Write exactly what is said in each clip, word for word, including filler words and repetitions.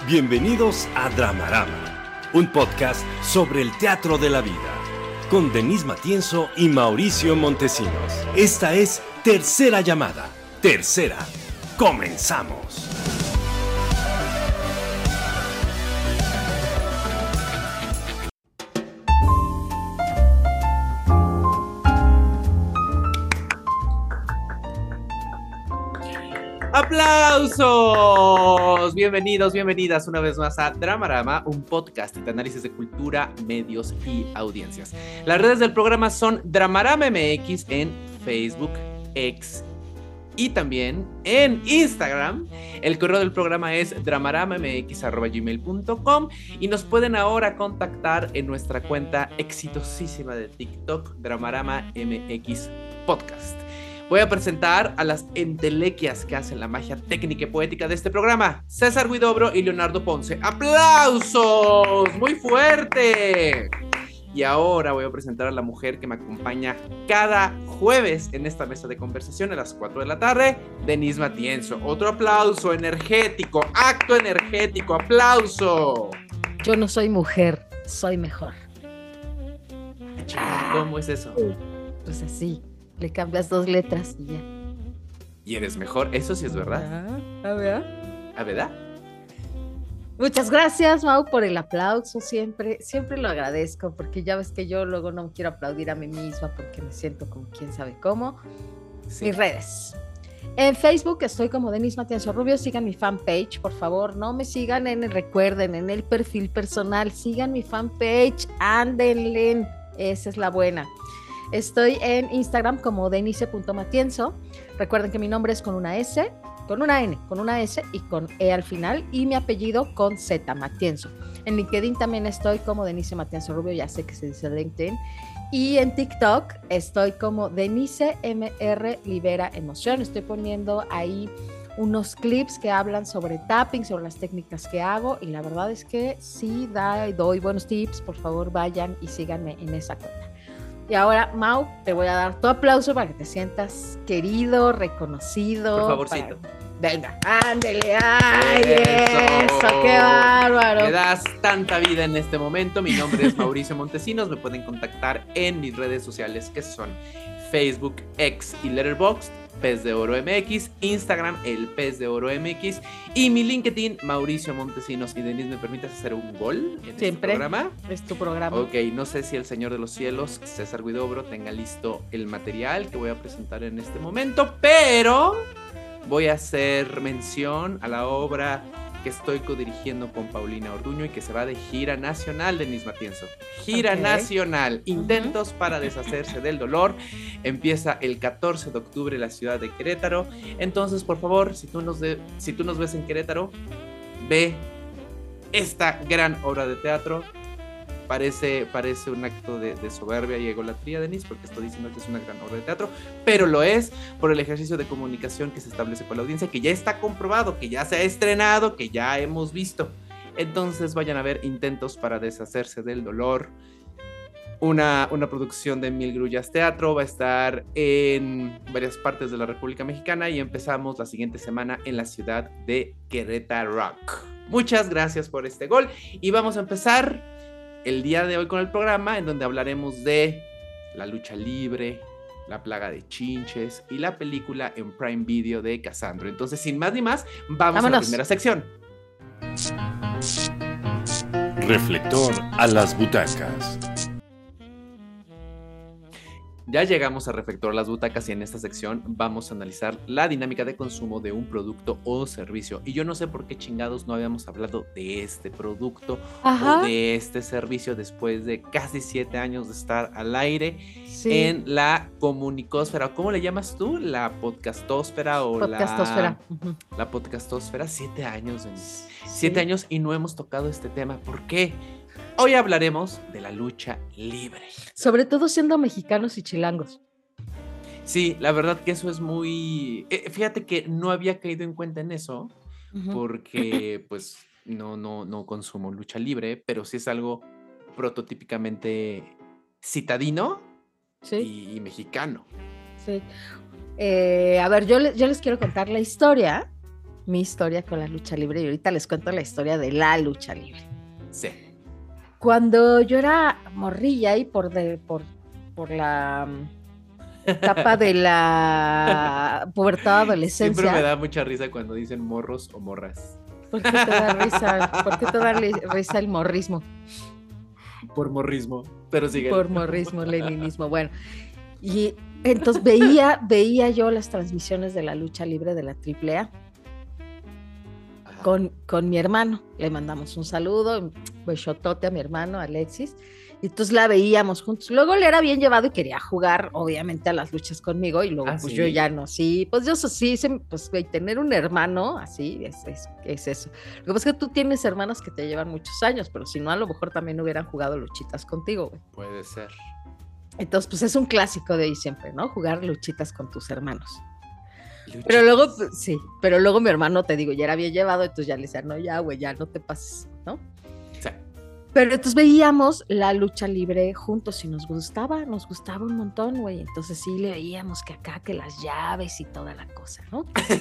Bienvenidos a Dramarama, un podcast sobre el teatro de la vida, con Denise Matienzo y Mauricio Montesinos. Esta es Tercera Llamada. Tercera. ¡Comenzamos! ¡Aplausos! Bienvenidos, bienvenidas una vez más a Dramarama, un podcast de análisis de cultura, medios y audiencias. Las redes del programa son Dramarama M X en Facebook, X y también en Instagram. El correo del programa es dramaramamx arroba gmail punto com y nos pueden ahora contactar en nuestra cuenta exitosísima de TikTok, Dramarama M X Podcast. Voy a presentar a las entelequias que hacen la magia técnica y poética de este programa. César Huidobro y Leonardo Ponce. ¡Aplausos! ¡Muy fuerte! Y ahora voy a presentar a la mujer que me acompaña cada jueves en esta mesa de conversación a las cuatro de la tarde, Denise Matienzo. Otro aplauso energético, acto energético, aplauso. Yo no soy mujer, soy mejor. ¿Cómo es eso? Pues así. Le cambias dos letras y ya. ¿Y eres mejor? Eso sí es verdad. ¿A ver? ¿A verdad? Muchas gracias, Mau, por el aplauso. Siempre, siempre lo agradezco, porque ya ves que yo luego no quiero aplaudir a mí misma porque me siento como quién sabe cómo. Sí. Mis redes. En Facebook estoy como Denise Matienzo Rubio. Sigan mi fanpage, por favor. No me sigan en el, recuerden, en el perfil personal. Sigan mi fanpage. Ándenle. Esa es la buena. Estoy en Instagram como denise punto matienzo. Recuerden que mi nombre es con una S, con una N, con una S y con E al final, y mi apellido con Z, Matienzo. En LinkedIn también estoy como Denise Matienzo Rubio, ya sé que se dice LinkedIn. Y en TikTok estoy como Denise M R Libera Emoción. Estoy poniendo ahí unos clips que hablan sobre tapping, sobre las técnicas que hago, y la verdad es que sí da, doy buenos tips. Por favor, vayan y síganme en esa cuenta. Y ahora, Mau, te voy a dar tu aplauso para que te sientas querido, reconocido. Por favorcito. Para... Venga, ándele, ay, eso. eso, qué bárbaro. Me das tanta vida en este momento. Mi nombre es Mauricio Montesinos. Me pueden contactar en mis redes sociales, que son Facebook, X y Letterboxd, Pez de Oro M X, Instagram, el Pez de Oro M X, y mi LinkedIn, Mauricio Montesinos. Y Denise, ¿me permites hacer un gol en Siempre este programa? Es tu programa. Ok, no sé si el Señor de los Cielos, César Huidobro, tenga listo el material que voy a presentar en este momento, pero voy a hacer mención a la obra que estoy codirigiendo con Paulina Orduño y que se va de gira nacional, Denise Matienzo. Gira okay. nacional, intentos uh-huh. para deshacerse del dolor. Empieza el catorce de octubre en la ciudad de Querétaro. Entonces, por favor, si tú nos, de, si tú nos ves en Querétaro, ve esta gran obra de teatro. Parece, parece un acto de, de soberbia y egolatría, Denise, porque estoy diciendo que es una gran obra de teatro, pero lo es por el ejercicio de comunicación que se establece con la audiencia, que ya está comprobado, que ya se ha estrenado, que ya hemos visto. Entonces vayan a ver Intentos para deshacerse del dolor. Una, una producción de Mil Grullas Teatro, va a estar en varias partes de la República Mexicana y empezamos la siguiente semana en la ciudad de Querétaro Rock. Muchas gracias por este gol y vamos a empezar el día de hoy con el programa, en donde hablaremos de la lucha libre, la plaga de chinches y la película en Prime Video de Casandro. Entonces, sin más ni más, vamos Vámonos. a la primera sección. Reflector a las butacas. Ya llegamos a Reflector a las butacas y en esta sección vamos a analizar la dinámica de consumo de un producto o servicio. Y yo no sé por qué chingados no habíamos hablado de este producto Ajá. o de este servicio después de casi siete años de estar al aire sí. en la comunicósfera. ¿Cómo le llamas tú? ¿La podcastósfera o podcastósfera. la... Uh-huh. La podcastósfera. Siete años, Denise. Sí. Siete años y no hemos tocado este tema. ¿Por qué? Hoy hablaremos de la lucha libre. Sobre todo siendo mexicanos y chilangos. Sí, la verdad que eso es muy... Eh, fíjate que no había caído en cuenta en eso, uh-huh. porque pues no, no, no consumo lucha libre, pero sí es algo prototípicamente citadino sí. y, y mexicano. Sí. Eh, a ver, yo, le, yo les quiero contar la historia mi historia con la lucha libre y ahorita les cuento la historia de la lucha libre. Sí. Cuando yo era morrilla y por, de, por, por la etapa de la pubertad, adolescencia. Siempre me da mucha risa cuando dicen morros o morras. ¿Por qué te da risa? ¿Por qué te da risa el morrismo? Por morrismo, pero sigue. Por morrismo, leninismo, bueno. Y entonces veía, veía yo las transmisiones de la lucha libre de la triple A con, con mi hermano. Le mandamos un saludo, un besotote a mi hermano, Alexis. Y entonces la veíamos juntos. Luego él era bien llevado y quería jugar, obviamente, a las luchas conmigo. Y luego, ¿Ah, pues sí? yo ya no, sí. Pues yo sí, pues güey, tener un hermano así es, es, es eso. Lo que pasa es que tú tienes hermanos que te llevan muchos años, pero si no, a lo mejor también hubieran jugado luchitas contigo, güey. Puede ser. Entonces, pues es un clásico de ahí siempre, ¿no? Jugar luchitas con tus hermanos. Luchitas. Pero luego, pues, sí, pero luego mi hermano, te digo, ya era bien llevado, entonces ya le decía, no, ya, güey, ya no te pases, ¿no? Sí. Pero entonces veíamos la lucha libre juntos y nos gustaba, nos gustaba un montón, güey. Entonces sí le veíamos que acá, que las llaves y toda la cosa, ¿no?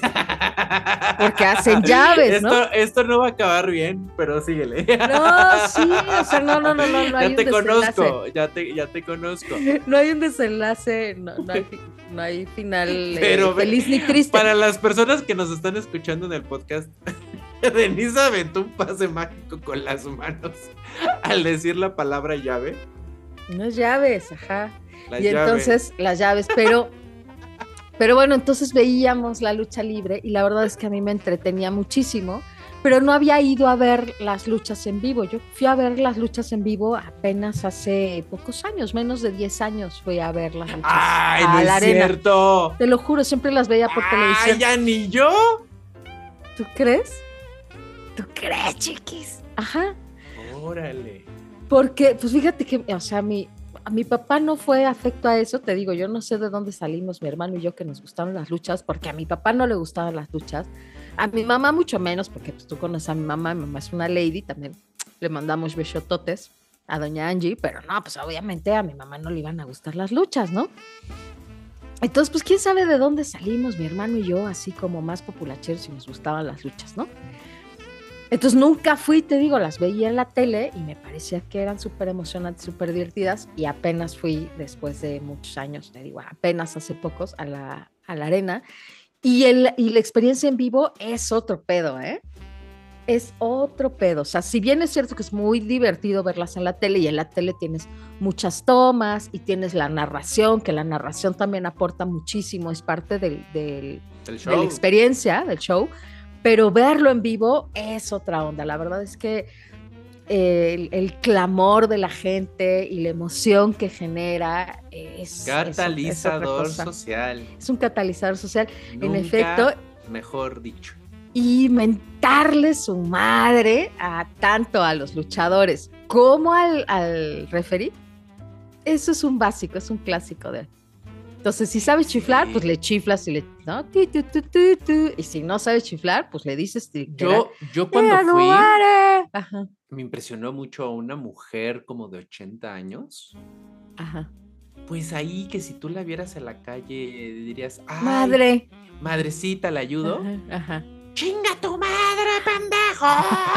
Porque hacen llaves, esto, ¿no? Esto no va a acabar bien, pero síguele. No, sí, o sea, no, no, no, no, no hay ya te un desenlace. conozco, ya te, ya te conozco. No hay un desenlace, no, no, hay, no hay final Pero eh, feliz ni triste. Para las personas que nos están escuchando en el podcast, Denise aventó un pase mágico con las manos al decir la palabra llave. Unas llaves, ajá. La y llave. entonces las llaves, pero, pero bueno, entonces veíamos la lucha libre y la verdad es que a mí me entretenía muchísimo, pero no había ido a ver las luchas en vivo. Yo fui a ver las luchas en vivo apenas hace pocos años, menos de diez años fui a ver las luchas. ¡Ay, a no la es arena. cierto! Te lo juro, siempre las veía por televisión. ¡Ay, ya ni yo! ¿Tú crees? ¿Tú crees, chiquis? Ajá. Órale. Porque, pues fíjate que, o sea, mi, a mi papá no fue afecto a eso, te digo, yo no sé de dónde salimos, mi hermano y yo, que nos gustaron las luchas, porque a mi papá no le gustaban las luchas, a mi mamá mucho menos, porque pues tú conoces a mi mamá, mi mamá es una lady, también le mandamos besototes a doña Angie, pero no, pues obviamente a mi mamá no le iban a gustar las luchas, ¿no? Entonces, pues quién sabe de dónde salimos, mi hermano y yo, así como más populacheros y nos gustaban las luchas, ¿no? Entonces nunca fui, te digo, las veía en la tele y me parecía que eran súper emocionantes, súper divertidas y apenas fui después de muchos años, te digo, apenas hace pocos a la, a la arena y, el, y la experiencia en vivo es otro pedo, ¿eh? Es otro pedo, o sea, si bien es cierto que es muy divertido verlas en la tele y en la tele tienes muchas tomas y tienes la narración, que la narración también aporta muchísimo, es parte del, del, El show. de la experiencia del show, pero verlo en vivo es otra onda. La verdad es que el, el clamor de la gente y la emoción que genera es catalizador es, es social. Es un catalizador social, Nunca, en efecto. Mejor dicho. Y mentarle su madre a tanto a los luchadores como al, al referee. Eso es un básico, es un clásico de... Entonces, si sabes chiflar, sí, pues le chiflas y le, ¿no? Tu, tu, tu, tu, tu. Y si no sabes chiflar, pues le dices. Yo, yo cuando ¡Eh, fui, Ajá. me impresionó mucho una mujer como de ochenta años. Ajá. Pues ahí que si tú la vieras en la calle dirías, ¡ay, madre! Madrecita, ¿la ayudo? Ajá, ajá. ¡Chinga tu madre, pendejo!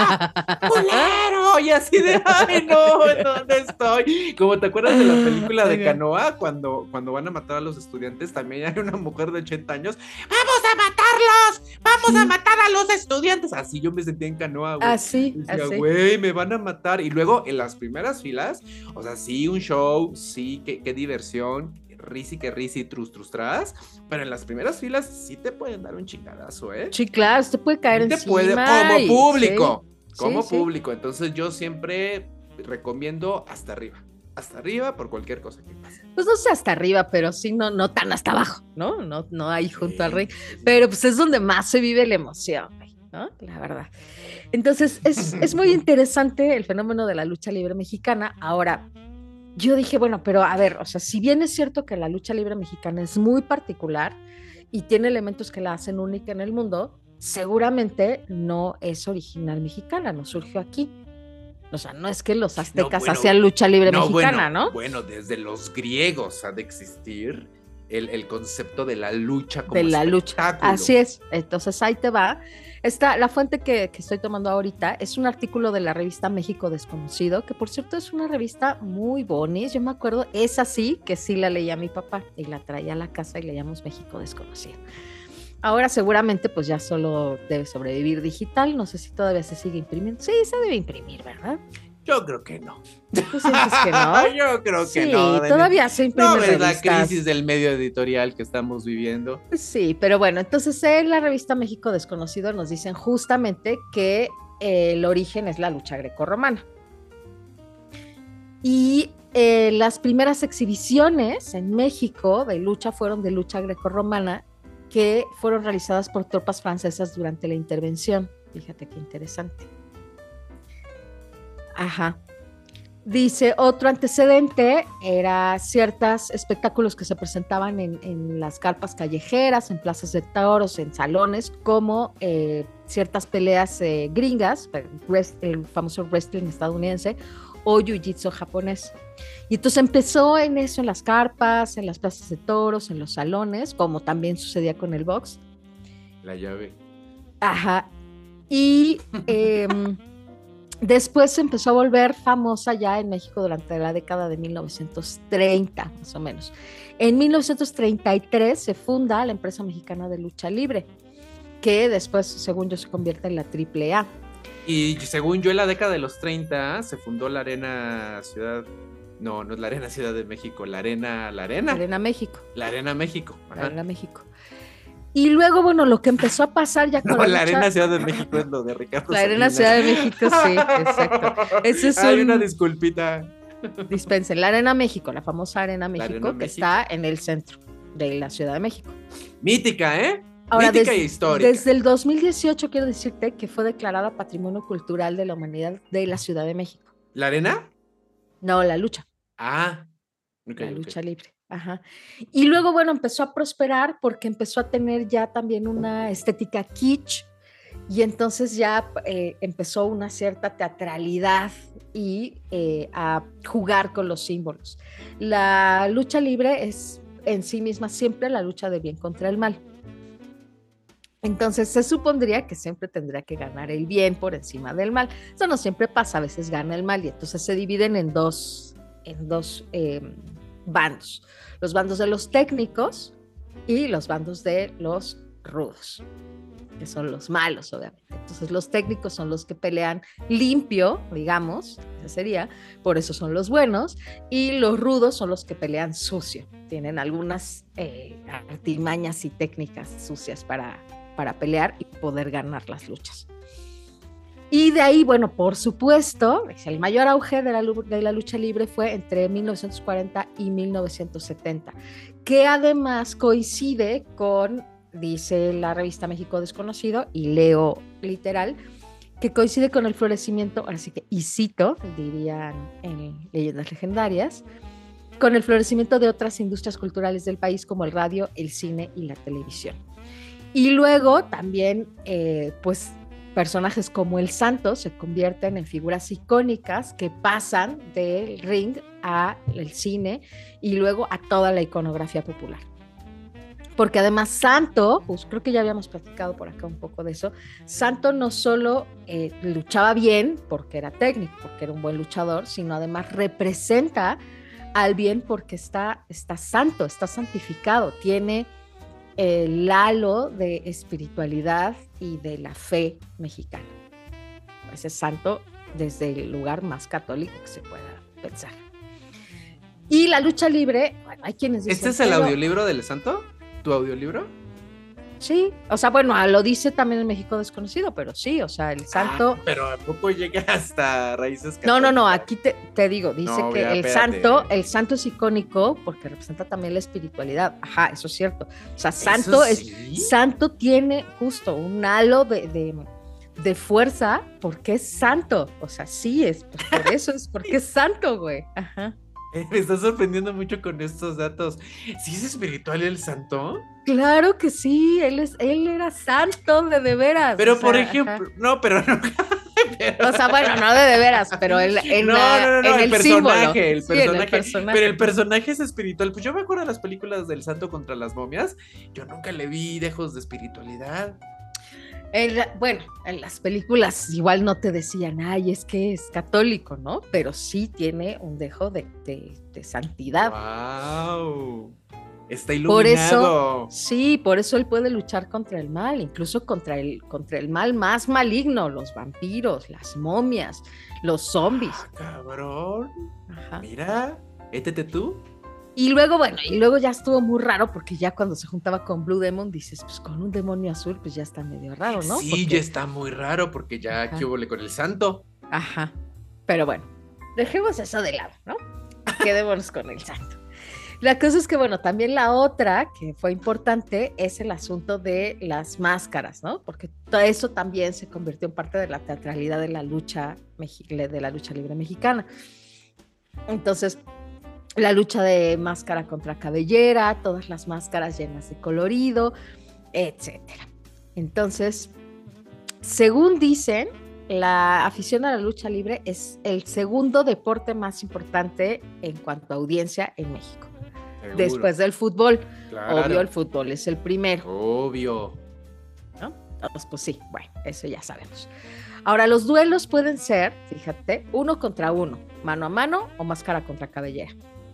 ¡Culero! Y así de, ¡ay, no! ¿Dónde estoy? Como te acuerdas de la película de Canoa, cuando, cuando van a matar a los estudiantes, también hay una mujer de ochenta años. ¡Vamos a matarlos! ¡Vamos sí. a matar a los estudiantes! Así yo me sentía en Canoa, güey. Así, Decía, así. güey, me van a matar. Y luego, en las primeras filas, o sea, sí, un show, sí, qué, qué diversión, risi que risi, trus trus tras, pero en las primeras filas sí te pueden dar un chingadazo, ¿eh? Sí, claro, te puede caer te encima. Puede, como y, público, sí, como sí, público. Sí. Entonces yo siempre recomiendo hasta arriba, hasta arriba por cualquier cosa que pase. Pues no sé hasta arriba, pero sí no, no tan hasta abajo, ¿no? No, no ahí junto sí, al ring, sí, sí. Pero pues es donde más se vive la emoción, ¿no? La verdad. Entonces es, es muy interesante el fenómeno de la lucha libre mexicana. Ahora, yo dije, bueno, pero a ver, o sea, si bien es cierto que la lucha libre mexicana es muy particular y tiene elementos que la hacen única en el mundo, seguramente no es original mexicana, no surgió aquí. O sea, no es que los aztecas no, bueno, hacían lucha libre no, mexicana, bueno, ¿no? Bueno, desde los griegos ha de existir el, el concepto de la lucha como de la lucha. espectáculo. Así es. Entonces ahí te va. Esta, la fuente que, que estoy tomando ahorita es un artículo de la revista México Desconocido, que por cierto es una revista muy bonita. Yo me acuerdo, es así que sí la leía mi papá y la traía a la casa y leíamos México Desconocido. Ahora seguramente pues ya solo debe sobrevivir digital, no sé si todavía se sigue imprimiendo. Sí, se debe imprimir, ¿verdad? Yo creo que no. ¿Tú sientes que no? Yo creo que sí, no. Sí, todavía se imprime. No, es la crisis del medio editorial que estamos viviendo. Sí, pero bueno, entonces en la revista México Desconocido nos dicen justamente que eh, el origen es la lucha grecorromana. Y eh, las primeras exhibiciones en México de lucha fueron de lucha grecorromana que fueron realizadas por tropas francesas durante la intervención. Fíjate qué interesante. Ajá. Dice, otro antecedente era ciertos espectáculos que se presentaban en, en las carpas callejeras, en plazas de toros, en salones, como eh, ciertas peleas eh, gringas, el famoso wrestling estadounidense, o jiu-jitsu japonés. Y entonces empezó en eso, en las carpas, en las plazas de toros, en los salones, como también sucedía con el box. La llave. Ajá. Y eh, después se empezó a volver famosa ya en México durante la década de mil novecientos treinta, más o menos. En mil novecientos treinta y tres se funda la empresa mexicana de lucha libre, que después, según yo, se convierte en la triple A. Y según yo, en la década de los treinta se fundó la Arena Ciudad... No, no es la Arena Ciudad de México, la Arena... ¿La Arena? La Arena México. La Arena México. Ajá. La Arena México. Y luego, bueno, lo que empezó a pasar ya con no, la, la lucha... Arena Ciudad de México es lo de Ricardo La Arena Salinas. Ciudad de México, sí, exacto. Ese es Hay un... una disculpita. Dispensen, la Arena México, la famosa Arena México, Arena que México. Está en el centro de la Ciudad de México. Mítica, ¿eh? Ahora, Mítica desde, e histórica. Desde el dos mil dieciocho quiero decirte que fue declarada Patrimonio Cultural de la Humanidad de la Ciudad de México. ¿La arena? No, la lucha. Ah, okay, la okay. lucha libre. Ajá. Y luego, bueno, empezó a prosperar porque empezó a tener ya también una estética kitsch y entonces ya eh, empezó una cierta teatralidad y eh, a jugar con los símbolos. La lucha libre es en sí misma siempre la lucha de bien contra el mal. Entonces se supondría que siempre tendría que ganar el bien por encima del mal. Eso no siempre pasa, a veces gana el mal y entonces se dividen en dos, en dos eh, bandos. Los bandos de los técnicos y los bandos de los rudos, que son los malos, obviamente. Entonces los técnicos son los que pelean limpio, digamos, ese sería, por eso son los buenos, y los rudos son los que pelean sucio. Tienen algunas eh, artimañas y técnicas sucias para para pelear y poder ganar las luchas. Y de ahí, bueno, por supuesto, el mayor auge de la, de la lucha libre fue entre mil novecientos cuarenta y mil novecientos setenta, que además coincide con, dice la revista México Desconocido, y leo literal, que coincide con el florecimiento, ahora sí que, y cito, dirían en Leyendas Legendarias, con el florecimiento de otras industrias culturales del país como el radio, el cine y la televisión. Y luego también, eh, pues, personajes como el Santo se convierten en figuras icónicas que pasan del ring al cine y luego a toda la iconografía popular. Porque además Santo, pues creo que ya habíamos platicado por acá un poco de eso, Santo no solo eh, luchaba bien porque era técnico, porque era un buen luchador, sino además representa al bien porque está, está santo, está santificado, tiene el halo de espiritualidad y de la fe mexicana. Ese santo desde el lugar más católico que se pueda pensar. Y la lucha libre, bueno, hay quienes dicen... ¿Este es el pero... audiolibro del santo? ¿Tu audiolibro? Sí, o sea, bueno, lo dice también en México Desconocido, pero sí, o sea, el santo... Ah, pero ¿a poco llega hasta raíces católicas? No, no, no, aquí te, te digo, dice no, que ya, el espérate. santo, el santo es icónico porque representa también la espiritualidad. Ajá, eso es cierto. O sea, santo sí? es, santo tiene justo un halo de, de, de fuerza porque es santo. O sea, sí es, pues por eso es porque es santo, güey. Ajá. Me estás sorprendiendo mucho con estos datos. ¿Sí es espiritual el santo? Claro que sí, él es, él era santo de de veras. Pero o sea, por ejemplo, ajá. no, pero no, Pero... O sea, bueno, no de de veras, pero en, en, no, la, no, no, no, en el, el personaje, símbolo. el Sí, personaje, el personaje. Pero el personaje es espiritual. Pues yo me acuerdo de las películas del Santo contra las momias. Yo nunca le vi dejos de espiritualidad. En la, bueno, en las películas igual no te decían, ay, es que es católico, ¿no? Pero sí tiene un dejo de, de, de santidad. ¡Wow! Está iluminado. Por eso, sí, por eso él puede luchar contra el mal, incluso contra el, contra el mal más maligno, los vampiros, las momias, los zombies. Ah, cabrón. Ajá. Mira, étete tú. Y luego, bueno, y luego ya estuvo muy raro porque ya cuando se juntaba con Blue Demon dices, pues con un demonio azul, pues ya está medio raro, ¿no? Sí, porque... ya está muy raro porque ya Ajá. ¿qué hubo con el santo? Ajá. Pero bueno, dejemos eso de lado, ¿no? Quedémonos con el santo. La cosa es que, bueno, también la otra que fue importante es el asunto de las máscaras, ¿no? Porque todo eso también se convirtió en parte de la teatralidad de la lucha, de la lucha libre mexicana. Entonces, la lucha de máscara contra cabellera, todas las máscaras llenas de colorido, etcétera. Entonces, según dicen, la afición a la lucha libre es el segundo deporte más importante en cuanto a audiencia en México. Seguro. Después del fútbol. Claro. Obvio, el fútbol es el primero. Obvio. ¿No? Pues, pues sí, bueno, eso ya sabemos. Ahora, los duelos pueden ser, fíjate, uno contra uno, mano a mano o máscara contra cabellera.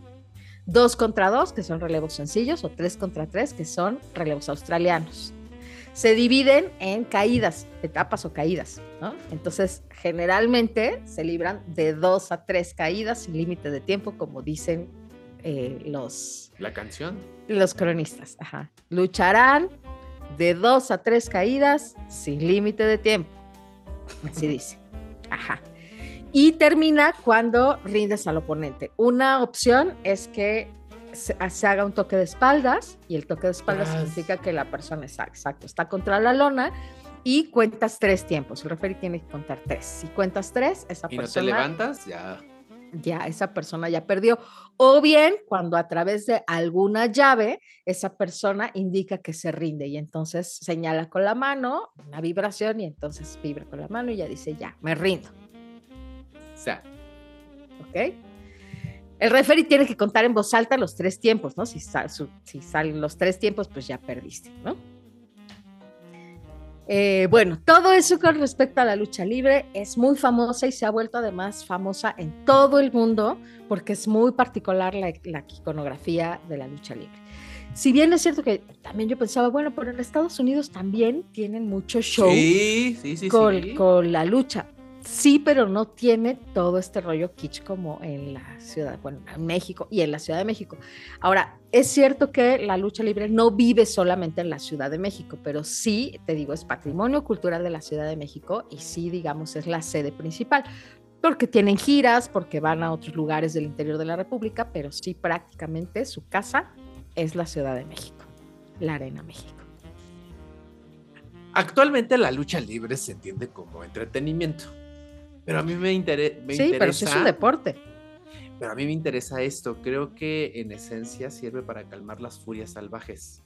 Dos contra dos, que son relevos sencillos, o tres contra tres, que son relevos australianos. Se dividen en caídas, etapas o caídas, ¿no? Entonces, generalmente se libran de dos a tres caídas sin límite de tiempo, como dicen eh, los... ¿La canción? Los cronistas, ajá. Lucharán de dos a tres caídas sin límite de tiempo. Así dice. Ajá. Y termina cuando rindes al oponente. Una opción es que se, se haga un toque de espaldas, y el toque de espaldas yes. significa que la persona está, exacto, está contra la lona y cuentas tres tiempos. El referee tiene que contar tres. Si cuentas tres, esa ¿Y persona... ¿Y no te levantas? Ya. Ya, esa persona ya perdió. O bien, cuando a través de alguna llave, esa persona indica que se rinde y entonces señala con la mano, una vibración, y entonces vibra con la mano y ya dice, ya, me rindo. O sea. ¿Ok? El referee tiene que contar en voz alta los tres tiempos, ¿no? Si, sal, su, si salen los tres tiempos, pues ya perdiste, ¿no? Eh, bueno, todo eso con respecto a la lucha libre es muy famosa y se ha vuelto además famosa en todo el mundo porque es muy particular la, la iconografía de la lucha libre. Si bien es cierto que también yo pensaba, bueno, pero en Estados Unidos también tienen mucho show sí, sí, sí, con, sí. con la lucha. Sí, pero no tiene todo este rollo kitsch como en la ciudad, bueno, en México y en la Ciudad de México. Ahora, es cierto que la lucha libre no vive solamente en la Ciudad de México, pero sí, te digo, es patrimonio cultural de la Ciudad de México y sí, digamos, es la sede principal, porque tienen giras, porque van a otros lugares del interior de la República, pero sí, prácticamente su casa es la Ciudad de México, la Arena México. Actualmente la lucha libre se entiende como entretenimiento. Pero a mí me, inter- me sí, interesa... Sí, pero sí es un deporte. Pero a mí me interesa esto. Creo que en esencia sirve para calmar las furias salvajes.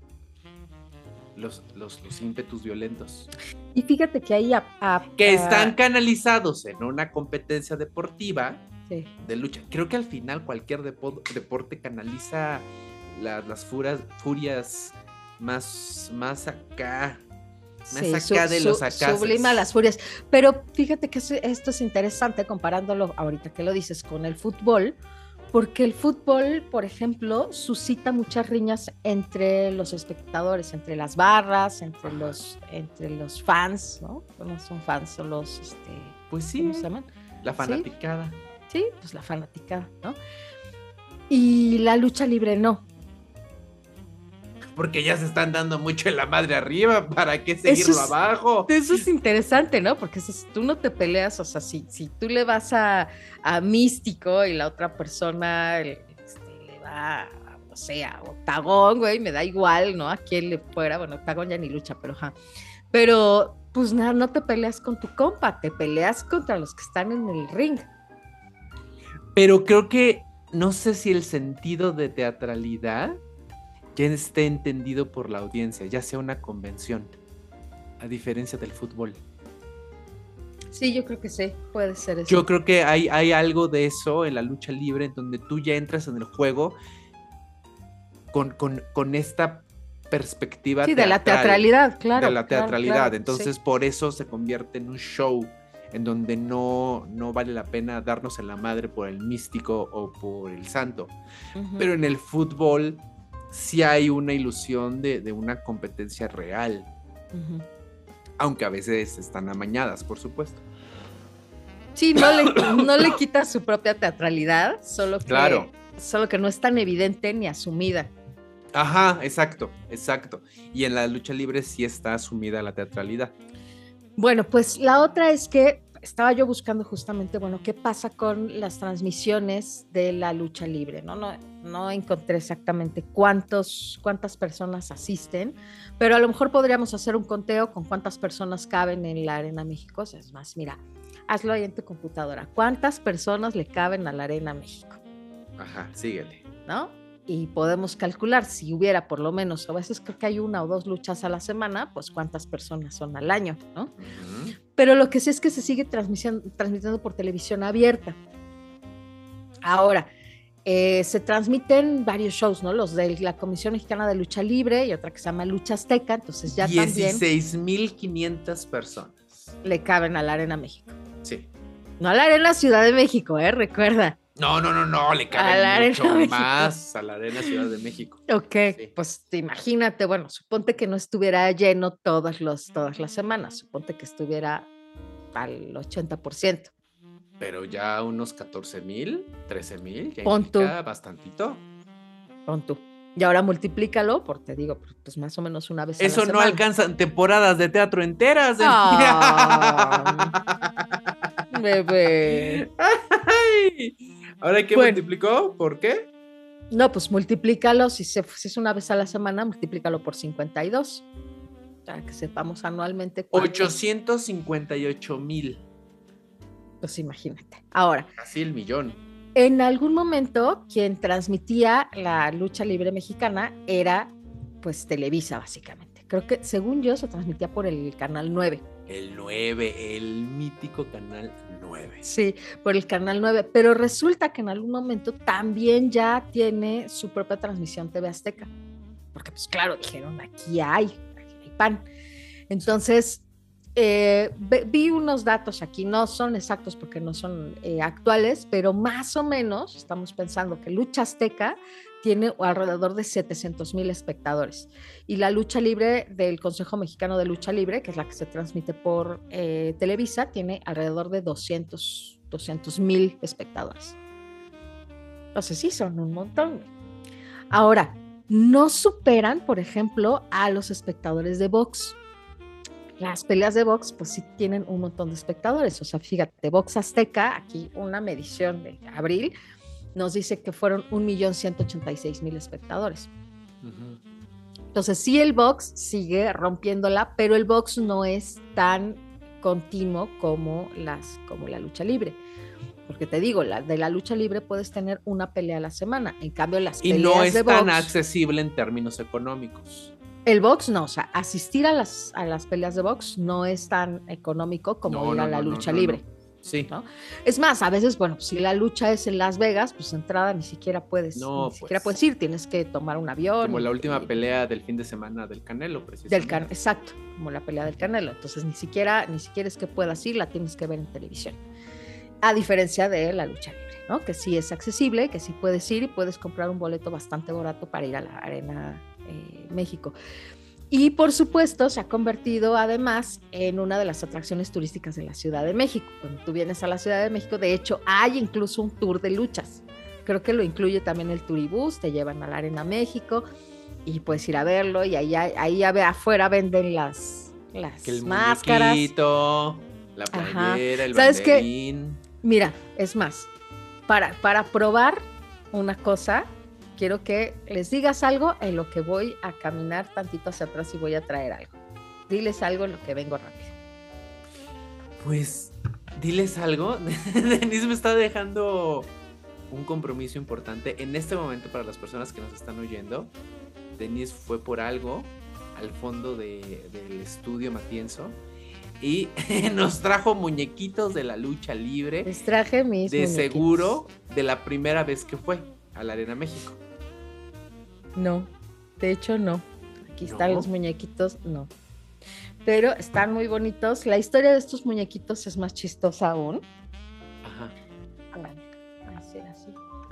Los, los, los ímpetus violentos. Y fíjate que ahí... A, a, que están canalizados en una competencia deportiva sí. de lucha. Creo que al final cualquier depo- deporte canaliza la, las furas, furias más, más acá... Más sí, acá su, de los su, acasos. Sublima las furias. Pero fíjate que esto es interesante comparándolo ahorita que lo dices con el fútbol, porque el fútbol, por ejemplo, suscita muchas riñas entre los espectadores, entre las barras, entre los, entre los fans, ¿no? No son fans, son los, este, pues sí, ¿cómo se llaman? La fanaticada. Sí, sí, pues la fanaticada, ¿no? Y la lucha libre no. Porque ya se están dando mucho en la madre arriba, ¿para qué seguirlo eso es, abajo? Eso es interesante, ¿no? Porque si tú no te peleas, o sea, si, si tú le vas a, a Místico y la otra persona este, le va, a, no sé, a Octagón, güey, me da igual, ¿no? A quién le fuera, bueno, Octagón ya ni lucha, pero ja. Pero, pues nada, no te peleas con tu compa, te peleas contra los que están en el ring. Pero creo que, no sé si el sentido de teatralidad ya esté entendido por la audiencia, ya sea una convención, a diferencia del fútbol. Sí, yo creo que sí, puede ser eso. Yo creo que hay, hay algo de eso en la lucha libre, en donde tú ya entras en el juego con, con, con esta perspectiva sí, teatral, de la teatralidad, claro. de la teatralidad. Claro, claro, Entonces, sí. por eso se convierte en un show en donde no, no vale la pena darnos en la madre por el místico o por el santo. Uh-huh. Pero en el fútbol sí hay una ilusión de, de una competencia real. Uh-huh. Aunque a veces están amañadas, por supuesto. Sí, no le, no le quita su propia teatralidad, solo que, claro. solo que no es tan evidente ni asumida. Ajá, exacto, exacto. Y en la lucha libre sí está asumida la teatralidad. Bueno, pues la otra es que estaba yo buscando justamente, bueno, qué pasa con las transmisiones de la lucha libre, ¿no? No, no encontré exactamente cuántos, cuántas personas asisten, pero a lo mejor podríamos hacer un conteo con cuántas personas caben en la Arena México. Es más, mira, hazlo ahí en tu computadora. ¿Cuántas personas le caben a la Arena México? Ajá, síguele. ¿No? Y podemos calcular si hubiera por lo menos, a veces creo que hay una o dos luchas a la semana, pues cuántas personas son al año, ¿no? Uh-huh. Pero lo que sí es que se sigue transmitiendo por televisión abierta. Ahora, eh, se transmiten varios shows, ¿no? Los de la Comisión Mexicana de Lucha Libre y otra que se llama Lucha Azteca, entonces ya también... dieciséis mil quinientas personas. Le caben a la Arena México. Sí. No a la Arena Ciudad de México, ¿eh? Recuerda. No, no, no, no, le cabe mucho más a la Arena Ciudad de México. Ok, sí. Pues imagínate, bueno, suponte que no estuviera lleno todas, los, todas las semanas, suponte que estuviera al ochenta por ciento. Pero ya unos catorce mil, trece mil, ya Pon tú. Bastantito. Pon tú. Y ahora multiplícalo, porque te digo, pues más o menos una vez a Eso la semana. Eso no alcanzan temporadas de teatro enteras. Oh, bebé. ¿Ahora qué bueno. multiplicó? ¿Por qué? No, pues multiplícalo, si, se, si es una vez a la semana, multiplícalo por cincuenta y dos, para que sepamos anualmente cuánto. ochocientos cincuenta y ocho mil. Pues imagínate. Ahora. Casi el millón. En algún momento, quien transmitía la lucha libre mexicana era, pues, Televisa, básicamente. Creo que, según yo, se transmitía por el Canal nueve. El nueve, el mítico Canal nueve. Sí, por el Canal nueve, pero resulta que en algún momento también ya tiene su propia transmisión T V Azteca, porque pues claro, dijeron, aquí hay, aquí hay pan. Entonces, eh, vi unos datos aquí, no son exactos porque no son eh, actuales, pero más o menos estamos pensando que Lucha Azteca tiene alrededor de setecientos mil espectadores. Y la lucha libre del Consejo Mexicano de Lucha Libre, que es la que se transmite por eh, Televisa, tiene alrededor de doscientos mil espectadores. Entonces sí, son un montón. Ahora, no superan, por ejemplo, a los espectadores de box. Las peleas de box, pues sí tienen un montón de espectadores. O sea, fíjate, Box Azteca, aquí una medición de abril, nos dice que fueron un millón ciento ochenta y seis mil espectadores. Uh-huh. Entonces, sí, el box sigue rompiéndola, pero el box no es tan continuo como, las, como la lucha libre. Porque te digo, la, de la lucha libre puedes tener una pelea a la semana. En cambio, las y peleas no es de box... tan accesible en términos económicos. El box no, o sea, asistir a las, a las peleas de box no es tan económico como no, ir a no, la no, lucha no, no, libre. No. Sí. ¿No? Es más, a veces, bueno, si la lucha es en Las Vegas, pues entrada ni siquiera puedes, no, ni pues, siquiera puedes ir, tienes que tomar un avión. Como y, la última y, pelea del fin de semana del Canelo, precisamente. Del can, exacto, como la pelea del Canelo. Entonces ni siquiera, ni siquiera es que puedas ir, la tienes que ver en televisión. A diferencia de la lucha libre, ¿no? Que sí es accesible, que sí puedes ir y puedes comprar un boleto bastante barato para ir a la Arena eh, México. Y por supuesto se ha convertido además en una de las atracciones turísticas de la Ciudad de México. Cuando tú vienes a la Ciudad de México, de hecho hay incluso un tour de luchas. Creo que lo incluye también el Turibús, te llevan a la Arena México y puedes ir a verlo y ahí, ahí afuera venden las, las que el máscaras. La playera, el ¿Sabes banderín. Qué? Mira, es más, para, para probar una cosa... Quiero que les digas algo en lo que voy a caminar tantito hacia atrás y voy a traer algo. Diles algo en lo que vengo rápido. Pues, diles algo. Denise me está dejando un compromiso importante. En este momento, para las personas que nos están oyendo, Denise fue por algo al fondo de, del estudio Matienzo y nos trajo muñequitos de la lucha libre. Les traje mis De muñequitos. seguro, de la primera vez que fue a la Arena México. No, de hecho no. Aquí están ¿No? los muñequitos, no. Pero están muy bonitos. La historia de estos muñequitos es más chistosa aún. Ajá. Así, así.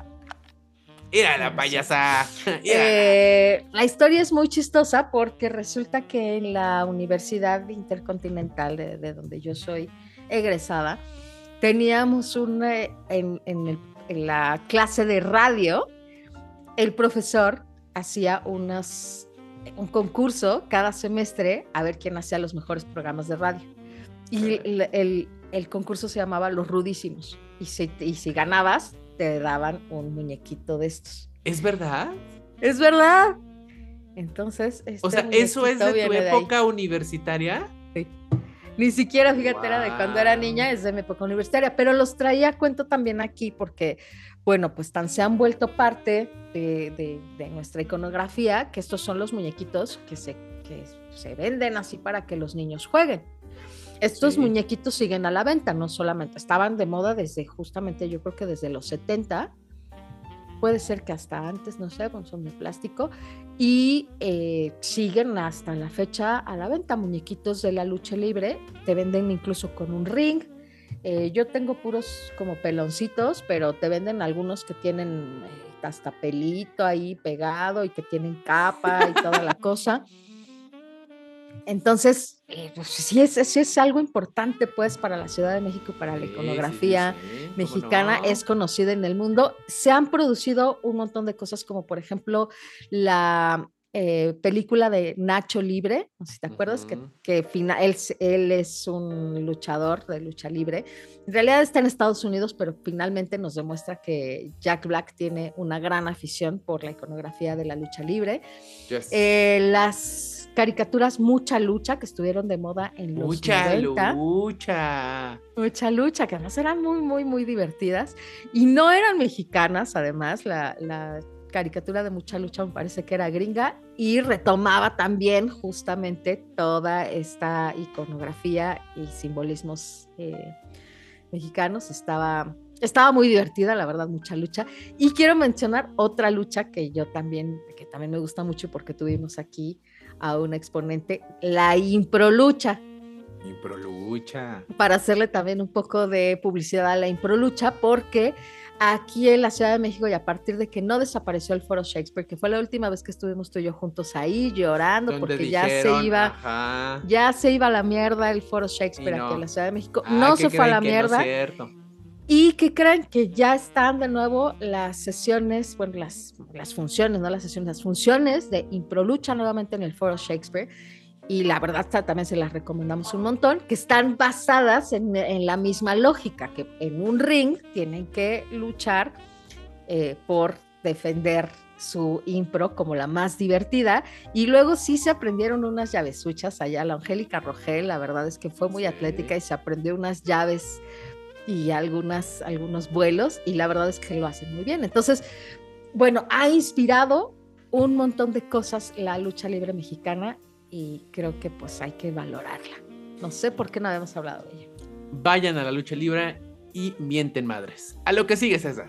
¡Mira la payasa! ¡Mírala! Eh, la historia es muy chistosa porque resulta que en la Universidad Intercontinental de, de donde yo soy egresada, teníamos una, en, en, el, en la clase de radio, el profesor hacía unas, un concurso cada semestre a ver quién hacía los mejores programas de radio. Y el, el, el concurso se llamaba Los Rudísimos. Y si, y si ganabas, te daban un muñequito de estos. ¿Es verdad? Es verdad. Entonces, este O sea, ¿eso es de tu viene de época universitaria? ahí. Ni siquiera, fíjate, Wow. era de cuando era niña, es de mi época universitaria, pero los traía a cuento también aquí porque, bueno, pues tan se han vuelto parte de, de, de nuestra iconografía que estos son los muñequitos que se, que se venden así para que los niños jueguen. Estos Sí. muñequitos siguen a la venta, no solamente, estaban de moda desde justamente, yo creo que desde los setenta, puede ser que hasta antes, no sé, son de plástico, y eh, siguen hasta la fecha a la venta, muñequitos de la lucha libre, te venden incluso con un ring. Eh, yo tengo puros como peloncitos, pero te venden algunos que tienen eh, hasta pelito ahí pegado y que tienen capa y toda la cosa. Entonces, eh, pues sí es, sí es algo importante pues para la Ciudad de México, para la Sí, iconografía sí, sí, sí. ¿Cómo mexicana, no? es conocida en el mundo. Se han producido un montón de cosas como por ejemplo la eh, película de Nacho Libre, no sé si te acuerdas, Ujú. que, que fina, él, él es un luchador de lucha libre. En realidad está en Estados Unidos, pero finalmente nos demuestra que Jack Black tiene una gran afición por la iconografía de la lucha libre. Yes. Eh, las caricaturas Mucha Lucha, que estuvieron de moda en los Mucha noventa. lucha. Mucha Lucha, que además eran muy, muy, muy divertidas. Y no eran mexicanas, además, la, la caricatura de Mucha Lucha me parece que era gringa y retomaba también justamente toda esta iconografía y simbolismos eh, mexicanos. Estaba, estaba muy divertida, la verdad, Mucha Lucha. Y quiero mencionar otra lucha que yo también, que también me gusta mucho porque tuvimos aquí a un exponente, la Improlucha. Improlucha. Para hacerle también un poco de publicidad a la Improlucha, porque aquí en la Ciudad de México, y a partir de que no desapareció el Foro Shakespeare, que fue la última vez que estuvimos tú y yo juntos ahí llorando, Donde porque dijeron, ya se iba, ajá. ya se iba a la mierda el Foro Shakespeare Y no. aquí en la Ciudad de México, Ah, no ¿qué se fue a la creen que no es mierda. cierto? Y que creen que ya están de nuevo las sesiones, bueno, las, las funciones, no las sesiones, las funciones de Improlucha nuevamente en el Foro Shakespeare. Y la verdad también se las recomendamos un montón, que están basadas en, en la misma lógica, que en un ring tienen que luchar eh, por defender su impro como la más divertida, y luego sí se aprendieron unas llavesuchas allá, la Angélica Rogel, la verdad es que fue muy Sí. atlética y se aprendió unas llaves y algunas, algunos vuelos, y la verdad es que lo hacen muy bien. Entonces, bueno, ha inspirado un montón de cosas la lucha libre mexicana, y creo que pues hay que valorarla. No sé por qué no habíamos hablado de ella. Vayan a la lucha libre y mienten madres. A lo que sigue, César.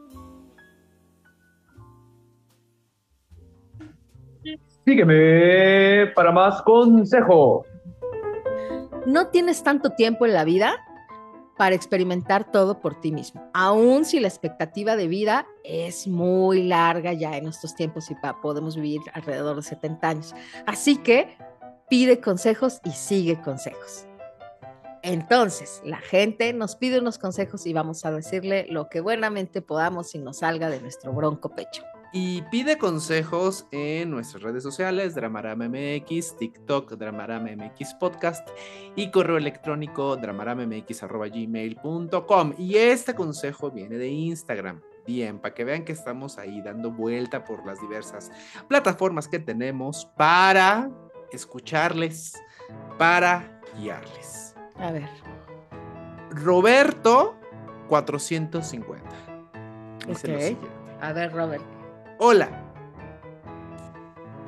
Sígueme para más consejos. No tienes tanto tiempo en la vida para experimentar todo por ti mismo, aun si la expectativa de vida es muy larga ya en estos tiempos y pa- podemos vivir alrededor de setenta años. Así que pide consejos y sigue consejos. Entonces, la gente nos pide unos consejos y vamos a decirle lo que buenamente podamos y nos salga de nuestro bronco pecho. Y pide consejos en nuestras redes sociales, Dramarama M X, TikTok, Dramarama M X Podcast y correo electrónico dramaramamx arroba gmail punto com. Y este consejo viene de Instagram. Bien, para que vean que estamos ahí dando vuelta por las diversas plataformas que tenemos para escucharles, para guiarles. A ver, Roberto cuatrocientos cincuenta dice Ok. lo siguiente. a ver, Robert. Hola.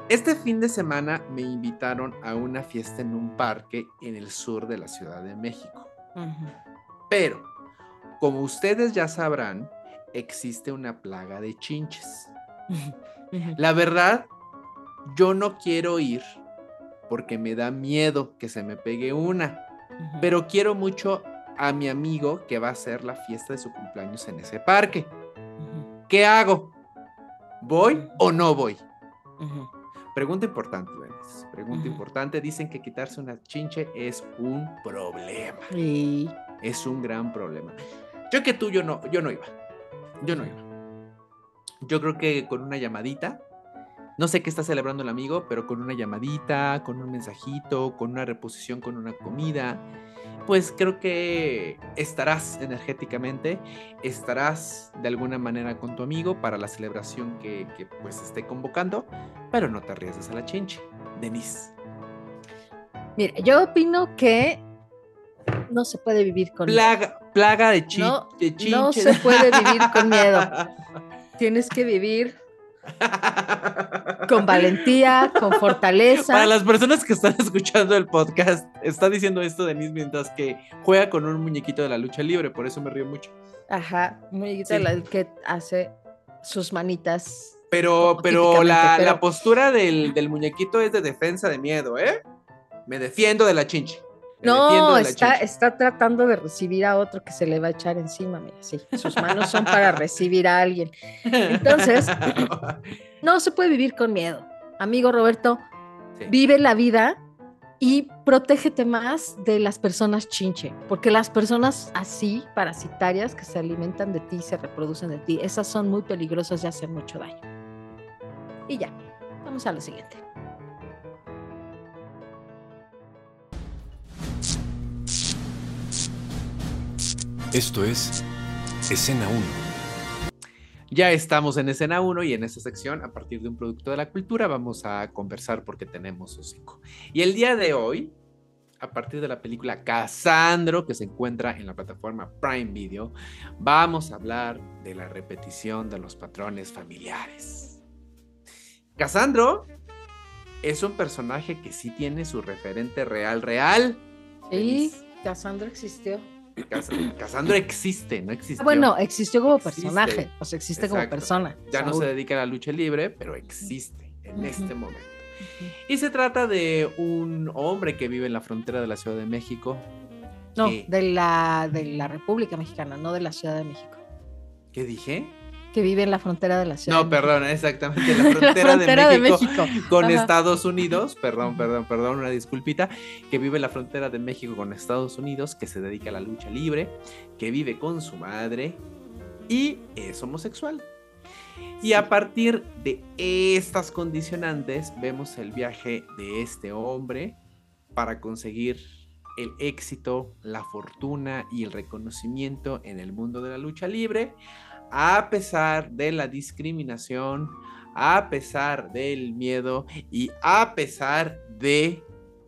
Este fin de semana me invitaron a una fiesta en un parque en el sur de la Ciudad de México. Uh-huh. Pero, como ustedes ya sabrán, existe una plaga de chinches. Uh-huh. La verdad, yo no quiero ir porque me da miedo que se me pegue una. Uh-huh. Pero quiero mucho a mi amigo que va a hacer la fiesta de su cumpleaños en ese parque. Uh-huh. ¿Qué hago? ¿Voy uh-huh. o no voy? Uh-huh. Pregunta importante, Denise. Pregunta uh-huh. importante. Dicen que quitarse una chinche es un problema. Sí. Es un gran problema. Yo que tú, yo no, yo no iba. Yo no iba. Yo creo que con una llamadita, no sé qué está celebrando el amigo, pero con una llamadita, con un mensajito, con una reposición, con una comida, pues creo que estarás energéticamente, estarás de alguna manera con tu amigo para la celebración que, que pues esté convocando, pero no te arriesgues a la chinche, Denise. Mira, yo opino que no se puede vivir con plaga, miedo. Plaga de, chi- no, de chinche. No se puede vivir con miedo. Tienes que vivir con valentía, con fortaleza. Para las personas que están escuchando el podcast, está diciendo esto Denise mientras que juega con un muñequito de la lucha libre, por eso me río mucho. Ajá, un muñequito sí. la, que hace sus manitas. Pero, pero, la, pero la postura del, del muñequito es de defensa de miedo, ¿eh? Me defiendo de la chinche. Me no, de está, la está tratando de recibir a otro que se le va a echar encima, mira, sí, sus manos son para recibir a alguien. Entonces, no se puede vivir con miedo. Amigo Roberto, sí. Vive la vida y protégete más de las personas chinche, porque las personas así, parasitarias, que se alimentan de ti, se reproducen de ti, esas son muy peligrosas y hacen mucho daño. Y ya, vamos a lo siguiente. Esto es Escena uno. Ya estamos en Escena uno y en esta sección, a partir de un producto de la cultura, vamos a conversar porque tenemos hocico. Y el día de hoy, a partir de la película Casandro, que se encuentra en la plataforma Prime Video, vamos a hablar de la repetición de los patrones familiares. Casandro es un personaje que sí tiene su referente real, real. Sí, Casandro existió. Casandro existe, no existió. Bueno, existió como existe. personaje, o sea, existe Exacto. como persona. Ya Saúl. No se dedica a la lucha libre, pero existe en uh-huh. este momento. Uh-huh. Y se trata de un hombre que vive en la frontera de la Ciudad de México. No, que... de la, de la República Mexicana, no de la Ciudad de México. ¿Qué dije? Que vive en la frontera de la Ciudad No, de perdón, México. exactamente, la frontera, la frontera de, México de México con Ajá. Estados Unidos, perdón, perdón, perdón, una disculpita, que vive en la frontera de México con Estados Unidos, que se dedica a la lucha libre, que vive con su madre y es homosexual. Y a partir de estas condicionantes vemos el viaje de este hombre para conseguir el éxito, la fortuna y el reconocimiento en el mundo de la lucha libre, a pesar de la discriminación, a pesar del miedo y a pesar de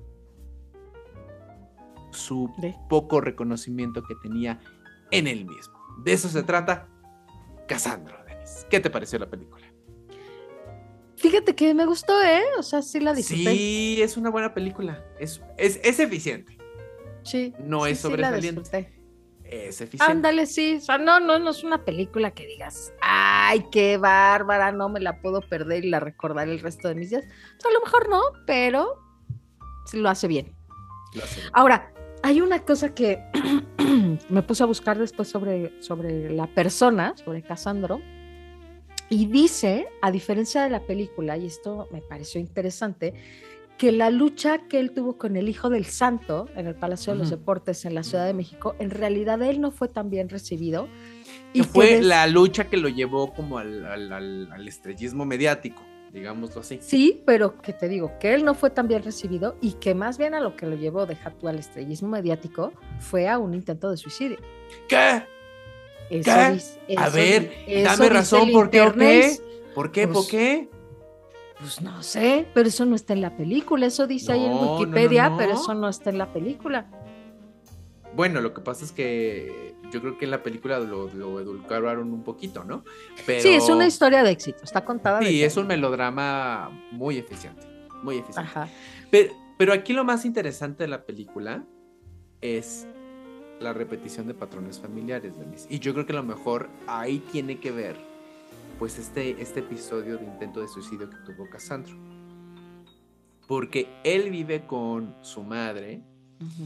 su ¿De? poco reconocimiento que tenía en él mismo. De eso se trata Casandro, Denise. ¿Qué te pareció la película? Fíjate que me gustó, ¿eh? O sea, sí la disfruté. Sí, es una buena película. Es, es, es eficiente. Sí. No sí, es sobresaliente. Sí la disfruté. Es eficiente. Ándale, sí. O sea, no, no, no es una película que digas, ay, qué bárbara, no me la puedo perder y la recordaré el resto de mis días. O sea, a lo mejor no, pero sí lo hace bien. Lo hace bien. Ahora, hay una cosa que me puse a buscar después sobre, sobre la persona, sobre Casandro, y dice, a diferencia de la película, y esto me pareció interesante, que la lucha que él tuvo con el hijo del santo en el Palacio uh-huh. de los Deportes en la Ciudad de México, en realidad él no fue tan bien recibido. Y fue que des... la lucha que lo llevó como al, al, al, al estrellismo mediático, digámoslo así. Sí, pero que te digo, que él no fue tan bien recibido y que más bien a lo que lo llevó, deja tú al estrellismo mediático, fue a un intento de suicidio. ¿Qué? Eso ¿Qué? Dice, eso, a ver, eso dame razón, ¿por qué o qué? ¿Por qué? Pues, ¿Por qué? Pues no sé, pero eso no está en la película, eso dice no, ahí en Wikipedia, no, no, no. pero eso no está en la película. Bueno, lo que pasa es que yo creo que en la película lo, lo edulcoraron un poquito, ¿no? Pero, sí, es una historia de éxito, está contada. Sí, de es un melodrama muy eficiente, muy eficiente. Ajá. Pero, pero aquí lo más interesante de la película es la repetición de patrones familiares, Denise. Y yo creo que a lo mejor ahí tiene que ver, pues, este, este episodio de intento de suicidio que tuvo Casandro. Porque él vive con su madre, uh-huh.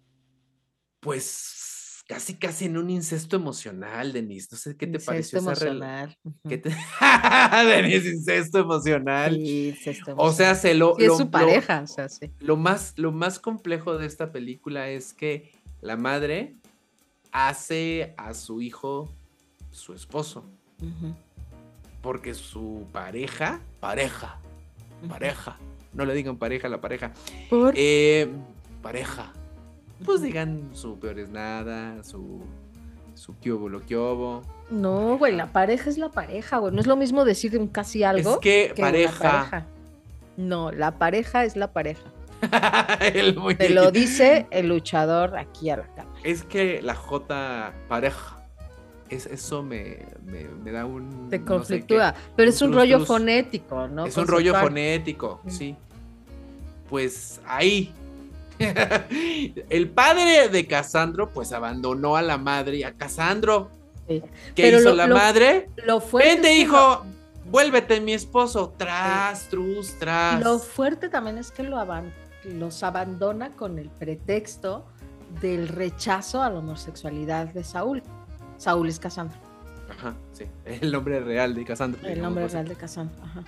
pues, casi, casi en un incesto emocional, Denise. No sé qué te incesto pareció esa emocional. Uh-huh. ¿Qué te... Denise, incesto emocional. Sí, incesto emocional. O sea, se lo... Sí, lo es su pareja, o sea, sí. Lo más, lo más complejo de esta película es que la madre hace a su hijo su esposo. Uh-huh. Porque su pareja, pareja, uh-huh. pareja, no le digan pareja a la pareja. ¿Por? Eh, pareja. Pues digan su peor es nada, su, su kiobo lo kiobo. No, güey, la pareja es la pareja, güey. No es lo mismo decir un casi algo. Es que, que pareja. pareja. No, la pareja es la pareja. El Te lo dice el luchador aquí a la cámara. Es que la J pareja. Es, eso me, me, me da un... Te conflictúa, no sé qué, pero es un, un rollo trus, fonético, ¿no? Es un rollo fonético, mm. sí. Pues ahí. El padre de Casandro, pues abandonó a la madre y a Casandro. Sí. ¿Qué pero hizo lo, la lo, madre? Lo fuerte Vente, es hijo, lo... vuélvete mi esposo. Tras, sí. trus, tras. Lo fuerte también es que lo aban- los abandona con el pretexto del rechazo a la homosexualidad de Saúl. Saúl es Casandro. Ajá, sí. El nombre real de Casandro. El nombre real de Casandro, ajá.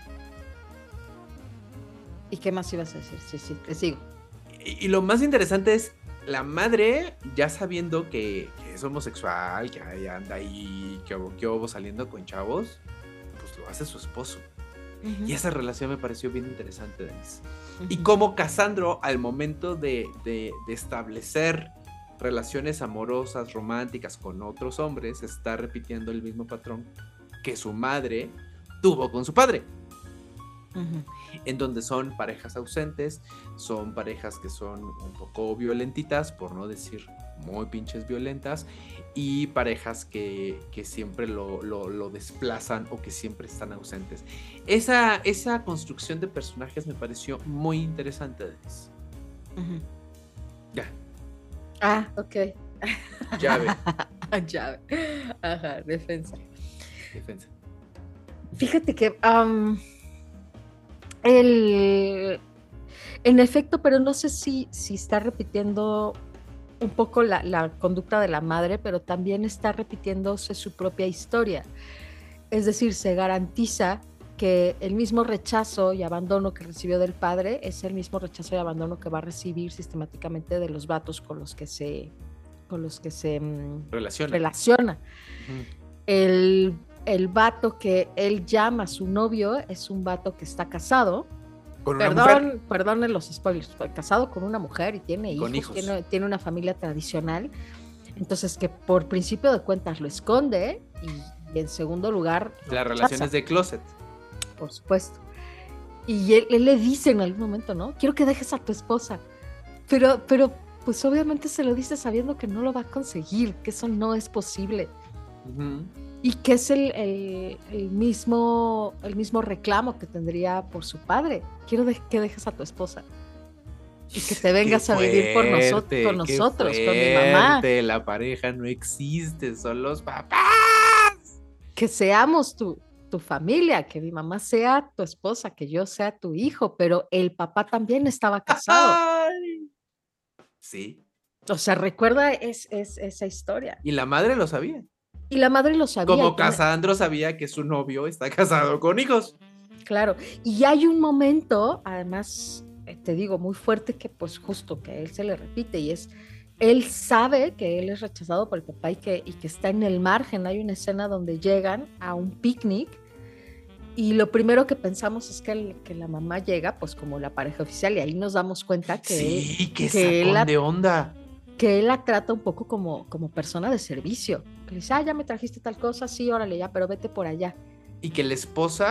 ¿Y qué más ibas a decir? Sí, sí, te sigo. Y, y lo más interesante es la madre, ya sabiendo que, que es homosexual, que anda ahí, que hubo, que hubo saliendo con chavos, pues lo hace su esposo. Uh-huh. Y esa relación me pareció bien interesante, Denise. Uh-huh. Y como Casandro, al momento de, de, de establecer relaciones amorosas, románticas con otros hombres, está repitiendo el mismo patrón que su madre tuvo con su padre. Uh-huh. En donde son parejas ausentes, son parejas que son un poco violentitas, por no decir muy pinches violentas, y parejas que, que siempre lo, lo, lo desplazan o que siempre están ausentes. Esa, esa construcción de personajes me pareció muy interesante, Denise. Uh-huh. Ya. Ah, ok. Llave. Llave. Ajá, defensa. Defensa. Fíjate que um, el, en efecto, pero no sé si, si está repitiendo un poco la, la conducta de la madre, pero también está repitiéndose su propia historia. Es decir, se garantiza que el mismo rechazo y abandono que recibió del padre es el mismo rechazo y abandono que va a recibir sistemáticamente de los vatos con los que se, con los que se relaciona. relaciona. Uh-huh. El, el vato que él llama su novio es un vato que está casado. ¿Con una Perdón, mujer? Perdonen los spoilers, casado con una mujer y tiene hijos, hijos. Tiene, tiene una familia tradicional. Entonces, que por principio de cuentas lo esconde y, y en segundo lugar... Las relaciones de closet. Por supuesto. Y él, él le dice en algún momento, ¿no? Quiero que dejes a tu esposa. Pero, pero, pues obviamente se lo dice sabiendo que no lo va a conseguir, que eso no es posible. Uh-huh. Y que es el, el, el, mismo, el mismo reclamo que tendría por su padre. Quiero de, que dejes a tu esposa. Y que te vengas qué a vivir por fuerte, noso- con nosotros, qué con mi mamá. La pareja no existe, son los papás. Que seamos tu... tu familia, que mi mamá sea tu esposa, que yo sea tu hijo, pero el papá también estaba casado. Ay. Sí. O sea, recuerda es, es, esa historia. Y la madre lo sabía. Y la madre lo sabía. Como Casandro sabía que su novio está casado con hijos. Claro. Y hay un momento, además, te digo, muy fuerte, que pues justo que a él se le repite, y es, él sabe que él es rechazado por el papá y que, y que está en el margen. Hay una escena donde llegan a un picnic y lo primero que pensamos es que, el, que la mamá llega pues como la pareja oficial, y ahí nos damos cuenta que sí, él, que, que él la, de onda. Que él la trata un poco como, como persona de servicio. Que le dice, ah, ya me trajiste tal cosa, sí, órale, ya, pero vete por allá. Y que la esposa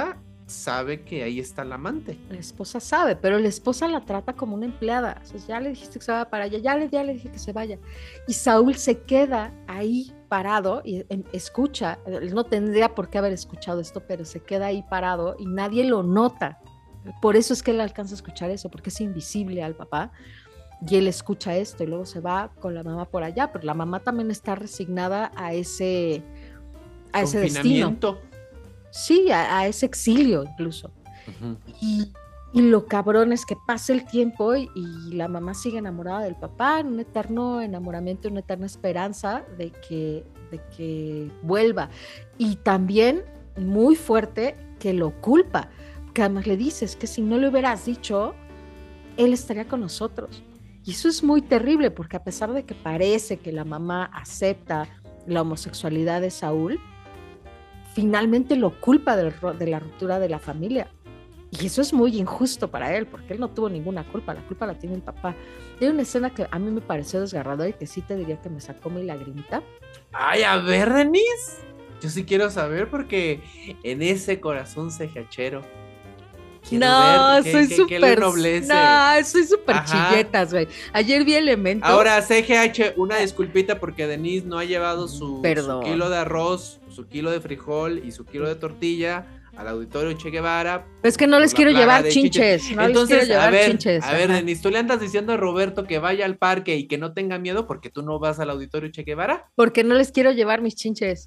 sabe que ahí está la amante. La esposa sabe, pero la esposa la trata como una empleada. O sea, ya le dijiste que se vaya para allá, ya le, ya le dije que se vaya. Y Saúl se queda ahí parado y eh, escucha. Él no tendría por qué haber escuchado esto, pero se queda ahí parado y nadie lo nota. Por eso es que él alcanza a escuchar eso, porque es invisible al papá. Y él escucha esto y luego se va con la mamá por allá, pero la mamá también está resignada a ese, a ese destino. Sí, a, a ese exilio incluso. Uh-huh. Y, y lo cabrón es que pasa el tiempo y, y la mamá sigue enamorada del papá, en un eterno enamoramiento, una eterna esperanza de que, de que vuelva. Y también muy fuerte que lo culpa, que además le dices que si no le hubieras dicho, él estaría con nosotros. Y eso es muy terrible porque a pesar de que parece que la mamá acepta la homosexualidad de Saúl, finalmente lo culpa de, de la ruptura de la familia. Y eso es muy injusto para él, porque él no tuvo ninguna culpa, la culpa la tiene el papá. Hay una escena que a mí me pareció desgarradora y que sí te diría que me sacó mi lagrimita. Ay, a ver, Denise, yo sí quiero saber porque en ese corazón cejachero quiero no, ver soy qué, súper, qué le noblece. No, soy súper chilletas, güey. Ayer vi Elementos. Ahora, C G H, una disculpita porque Denise no ha llevado su, su kilo de arroz, su kilo de frijol y su kilo de tortilla al auditorio Che Guevara. Es que no les quiero llevar chinches. chinches. No Entonces, les quiero llevar a ver, chinches. a ver, Denise, ¿tú le andas diciendo a Roberto que vaya al parque y que no tenga miedo porque tú no vas al auditorio Che Guevara? Porque no les quiero llevar mis chinches.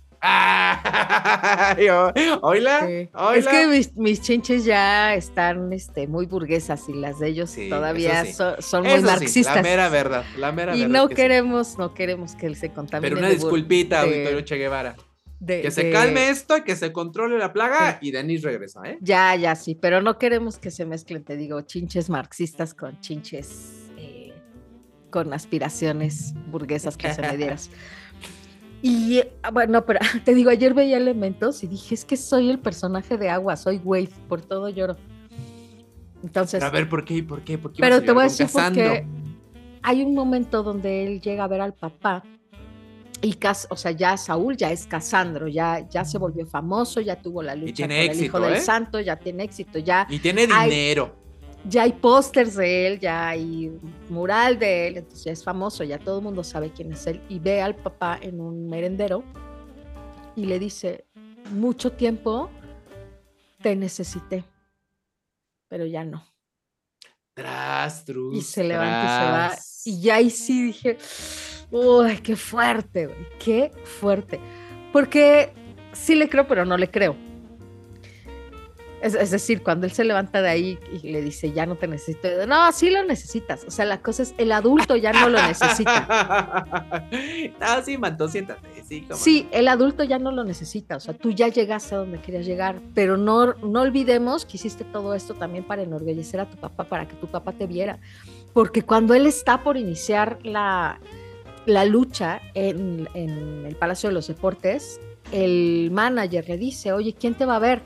Ay, oíla, sí. oíla. Es que mis, mis chinches ya están este, muy burguesas y las de ellos sí, todavía sí. son, son muy eso marxistas. Sí, la mera verdad, la mera y verdad. Y no queremos, sí. no queremos que él se contamine. Pero una disculpita, de, auditorio Che Guevara. De, que se de... calme esto, que se controle la plaga sí. y Denise regresa, ¿eh? Ya, ya, sí, pero no queremos que se mezclen, te digo, chinches marxistas con chinches eh, con aspiraciones burguesas que se me dieras. Y bueno, pero te digo, ayer veía Elementos y dije, es que soy el personaje de Agua, soy Wade, por todo lloro. Entonces. Pero a ver, ¿por qué? ¿Por qué? ¿Por qué pero te voy a decir porque hay un momento donde él llega a ver al papá. Y, Cas, o sea, ya Saúl ya es Casandro, ya, ya se volvió famoso, ya tuvo la lucha con éxito, el hijo ¿eh? del santo, ya tiene éxito, ya. Y tiene dinero. Hay, ya hay pósters de él, ya hay mural de él, entonces ya es famoso, ya todo el mundo sabe quién es él. Y ve al papá en un merendero y le dice, mucho tiempo te necesité, pero ya no. Tras, trus, y se levanta tras. y se va. Y ya ahí sí dije... Uy, qué fuerte, güey, qué fuerte. Porque sí le creo, pero no le creo. Es, es decir, cuando él se levanta de ahí y le dice, ya no te necesito. No, sí lo necesitas. O sea, la cosa es, el adulto ya no lo necesita. No, sí, Manto, siéntate. Sí, sí, el adulto ya no lo necesita. O sea, tú ya llegaste a donde querías llegar. Pero no, no olvidemos que hiciste todo esto también para enorgullecer a tu papá, para que tu papá te viera. Porque cuando él está por iniciar la... la lucha en, en el Palacio de los Deportes, el manager le dice, oye, ¿quién te va a ver?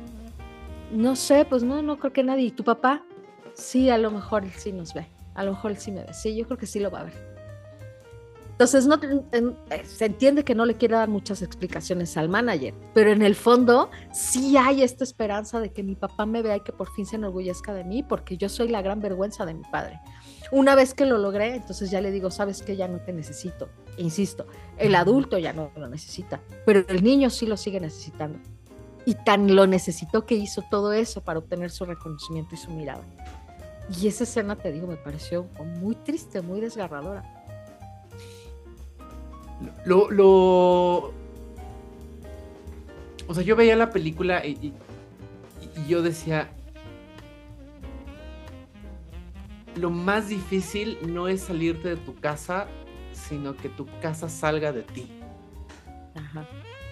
No sé, pues no, no creo que nadie. ¿Y tu papá? Sí, a lo mejor él sí nos ve, a lo mejor él sí me ve, sí, yo creo que sí lo va a ver. Entonces no, en, se entiende que no le quiere dar muchas explicaciones al manager, pero en el fondo sí hay esta esperanza de que mi papá me vea y que por fin se enorgullezca de mí, porque yo soy la gran vergüenza de mi padre. Una vez que lo logré, entonces ya le digo, sabes que ya no te necesito. Insisto, el adulto ya no lo necesita, pero el niño sí lo sigue necesitando. Y tan lo necesitó que hizo todo eso para obtener su reconocimiento y su mirada. Y esa escena, te digo, me pareció muy triste, muy desgarradora. Lo, lo... O sea, yo veía la película y, y, y yo decía... Lo más difícil no es salirte de tu casa, sino que tu casa salga de ti. Ajá.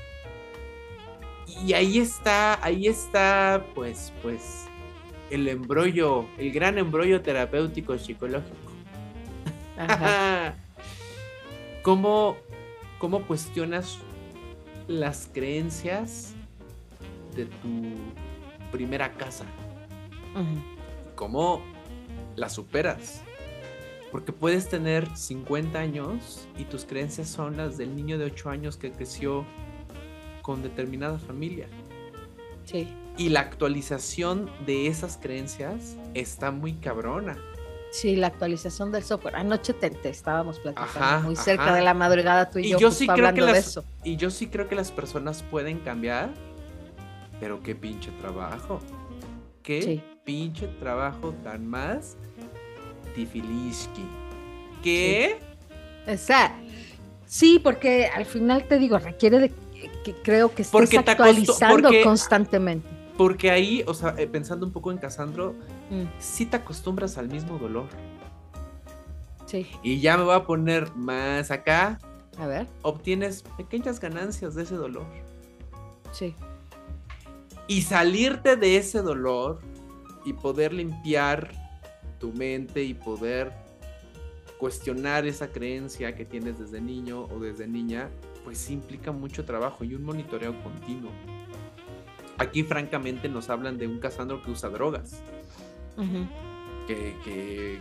Y ahí está, ahí está, pues, pues, el embrollo, el gran embrollo terapéutico psicológico. Ajá. ¿Cómo, cómo cuestionas las creencias de tu primera casa? Uh-huh. ¿Cómo las superas? Porque puedes tener cincuenta años y tus creencias son las del niño de ocho años que creció con determinada familia. Sí. Y la actualización de esas creencias está muy cabrona. Sí, la actualización del software. Anoche te, te estábamos platicando Ajá, muy ajá. cerca de la madrugada tú y, Y yo, yo justo sí creo que hablando de las, eso. y yo sí creo que las personas pueden cambiar, pero qué pinche trabajo. Qué Sí. pinche trabajo tan más difiliski. ¿Qué? O sea, sí, porque al final te digo, requiere de que, que creo que estés Porque te acostu- actualizando porque- constantemente. Porque ahí, o sea, eh, pensando un poco en Casandro, Mm, sí te acostumbras al mismo dolor. sí, Y ya me voy a poner más acá. a ver, Obtienes pequeñas ganancias de ese dolor. sí. Y salirte de ese dolor y poder limpiar tu mente y poder cuestionar esa creencia que tienes desde niño o desde niña, pues sí implica mucho trabajo y un monitoreo continuo. Aquí francamente nos hablan de un Casandro que usa drogas. Ujú. Que, que,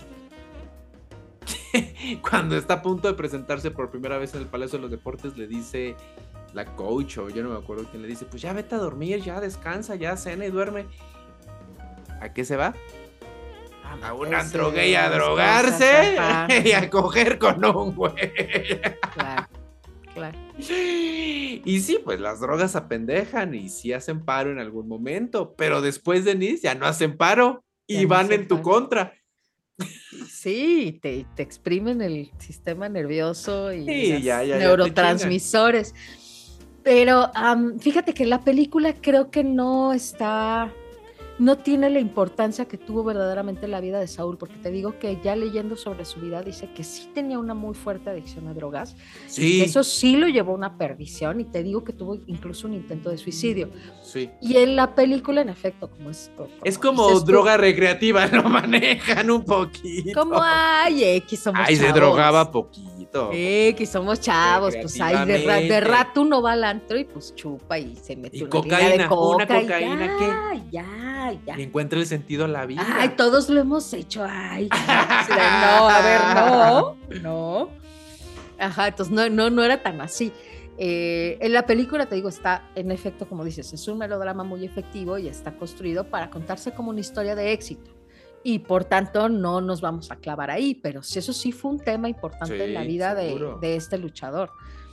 que cuando está a punto de presentarse por primera vez en el Palacio de los Deportes le dice la coach o yo no me acuerdo quién le dice, pues ya vete a dormir, ya descansa, ya cena y duerme. ¿A qué se va? A un antro gay a drogarse y a coger con un güey. Claro, claro. Y sí, pues las drogas apendejan y sí hacen paro en algún momento, pero después, Denise, ya no hacen paro y Ya no van hacen en tu paro. contra. Sí, te, te exprimen el sistema nervioso y Sí, los ya, ya, ya te neurotransmisores. Pero um, fíjate que la película creo que no está, no tiene la importancia que tuvo verdaderamente la vida de Saúl, porque te digo que ya leyendo sobre su vida dice que sí tenía una muy fuerte adicción a drogas, Sí. y que eso sí lo llevó a una perdición, y te digo que tuvo incluso un intento de suicidio. Sí. Y en la película, en efecto, como es... Como Es como dices tú, droga recreativa, lo manejan un poquito. como ay, X, somos Ay, chavos. se drogaba poquito. X, somos chavos, pues ay, de, ra- de Recreativamente. rato uno va al antro y pues chupa y se mete Y una cocaína, línea de coca una y cocaína, ya, ya, ya. Y encuentra el sentido a la vida. Ay, todos lo hemos hecho, ay. Ya. No, a ver, no, no. Ajá, entonces no, no, no era tan así. Eh, en la película, te digo, está en efecto, como dices, es un melodrama muy efectivo y está construido para contarse como una historia de éxito. Y por tanto, no nos vamos a clavar ahí, pero sí, eso sí fue un tema importante Sí, en la vida de, seguro. de este luchador.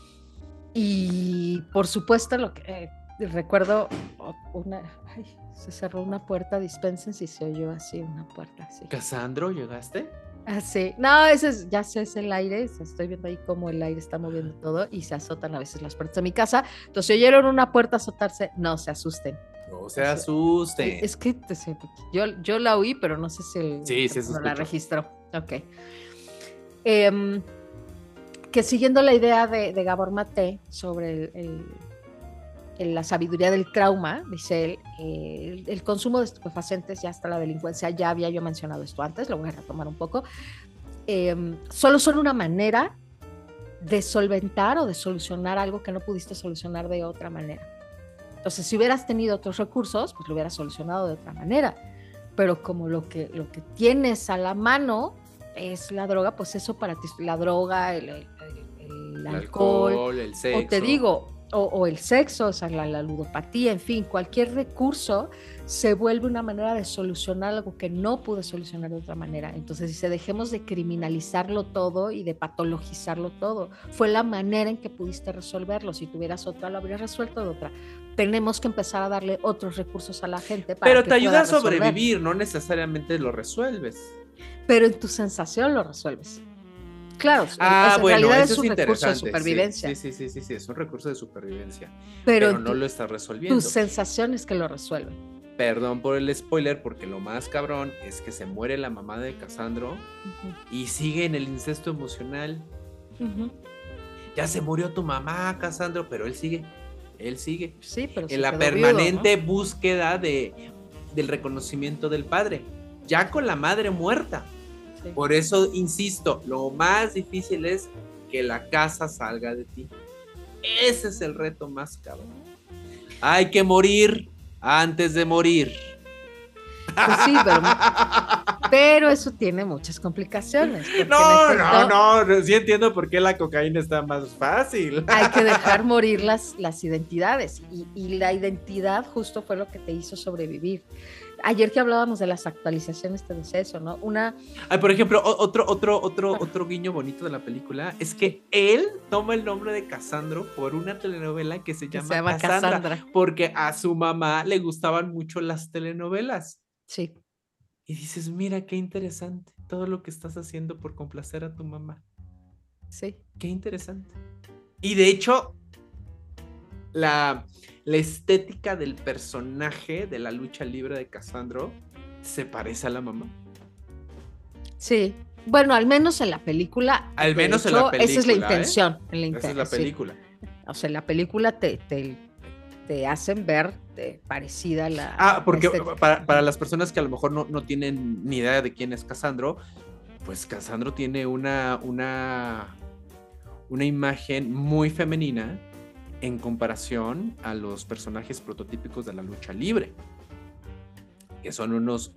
Y por supuesto, lo que eh, recuerdo, una, ay, se cerró una puerta, dispensen si se oyó así una puerta así. ¿Casandro, llegaste? Ah, sí. No, ese es, ya sé, es el aire, estoy viendo ahí cómo el aire está moviendo todo y se azotan a veces las puertas de mi casa. Entonces, si oyeron una puerta azotarse, no se asusten. No se asusten. Es que te sé, yo, yo la oí, pero no sé si el Sí, sí se no la escuchó. registró. Ok. Em, que siguiendo la idea de, de Gabor Maté sobre el, el, el, la sabiduría del trauma, dice él, eh, el, el consumo de estupefacientes y hasta la delincuencia, ya había yo mencionado esto antes, lo voy a retomar un poco, eh, solo son una manera de solventar o de solucionar algo que no pudiste solucionar de otra manera. Entonces, si hubieras tenido otros recursos, pues lo hubieras solucionado de otra manera. Pero como lo que, lo que tienes a la mano es la droga, pues eso para ti, la droga, el, el, el, el alcohol, alcohol, el sexo. o te digo, o, o el sexo, o sea, la, la ludopatía, en fin, cualquier recurso se vuelve una manera de solucionar algo que no pude solucionar de otra manera. Entonces, si dejemos de criminalizarlo todo y de patologizarlo todo, fue la manera en que pudiste resolverlo. Si tuvieras otra, lo habrías resuelto de otra. Tenemos que empezar a darle otros recursos a la gente para Pero que te ayuda a pueda resolver. sobrevivir, no necesariamente lo resuelves. Pero en tu sensación lo resuelves. Claro, Ah, en bueno, realidad eso es un es recurso de interesante. supervivencia. Sí, sí, sí, sí, sí, es un recurso de supervivencia. Pero, Pero, no tu, lo estás resolviendo. tus sensaciones que lo resuelven. Perdón por el spoiler, porque lo más cabrón es que se muere la mamá de Casandro Uh-huh. y sigue en el incesto emocional. Uh-huh. Ya se murió tu mamá, Casandro, pero él sigue. Él sigue. Sí, pero En la permanente viudo, ¿no? búsqueda de, del reconocimiento del padre. Ya con la madre muerta. Sí. Por eso, insisto, lo más difícil es que la casa salga de ti. Ese es el reto más cabrón. Hay que morir antes de morir. Pues sí, pero Pero eso tiene muchas complicaciones. No, efecto, no, no, sí entiendo por qué la cocaína está más fácil. Hay que dejar morir las, las identidades y, y la identidad justo fue lo que te hizo sobrevivir. Ayer que hablábamos de las actualizaciones te decía eso, ¿no? Una... Ay, por ejemplo, otro, otro, otro, otro guiño bonito de la película es que él toma el nombre de Casandro por una telenovela que se llama, se llama Cassandra, Cassandra, porque a su mamá le gustaban mucho las telenovelas. Sí. Y dices, mira, qué interesante todo lo que estás haciendo por complacer a tu mamá. Sí. Qué interesante. Y de hecho, la, la estética del personaje de la lucha libre de Casandro se parece a la mamá. Sí. Bueno, al menos en la película. Al menos hecho, en la película. Esa es la intención. ¿eh? En la inten- esa es la película. Sí. O sea, en la película te, te, te hacen ver te, parecida a la. Ah, porque estética. para, para las personas que a lo mejor no, no tienen ni idea de quién es Casandro, pues Casandro tiene una, una, una imagen muy femenina en comparación a los personajes prototípicos de la lucha libre, que son unos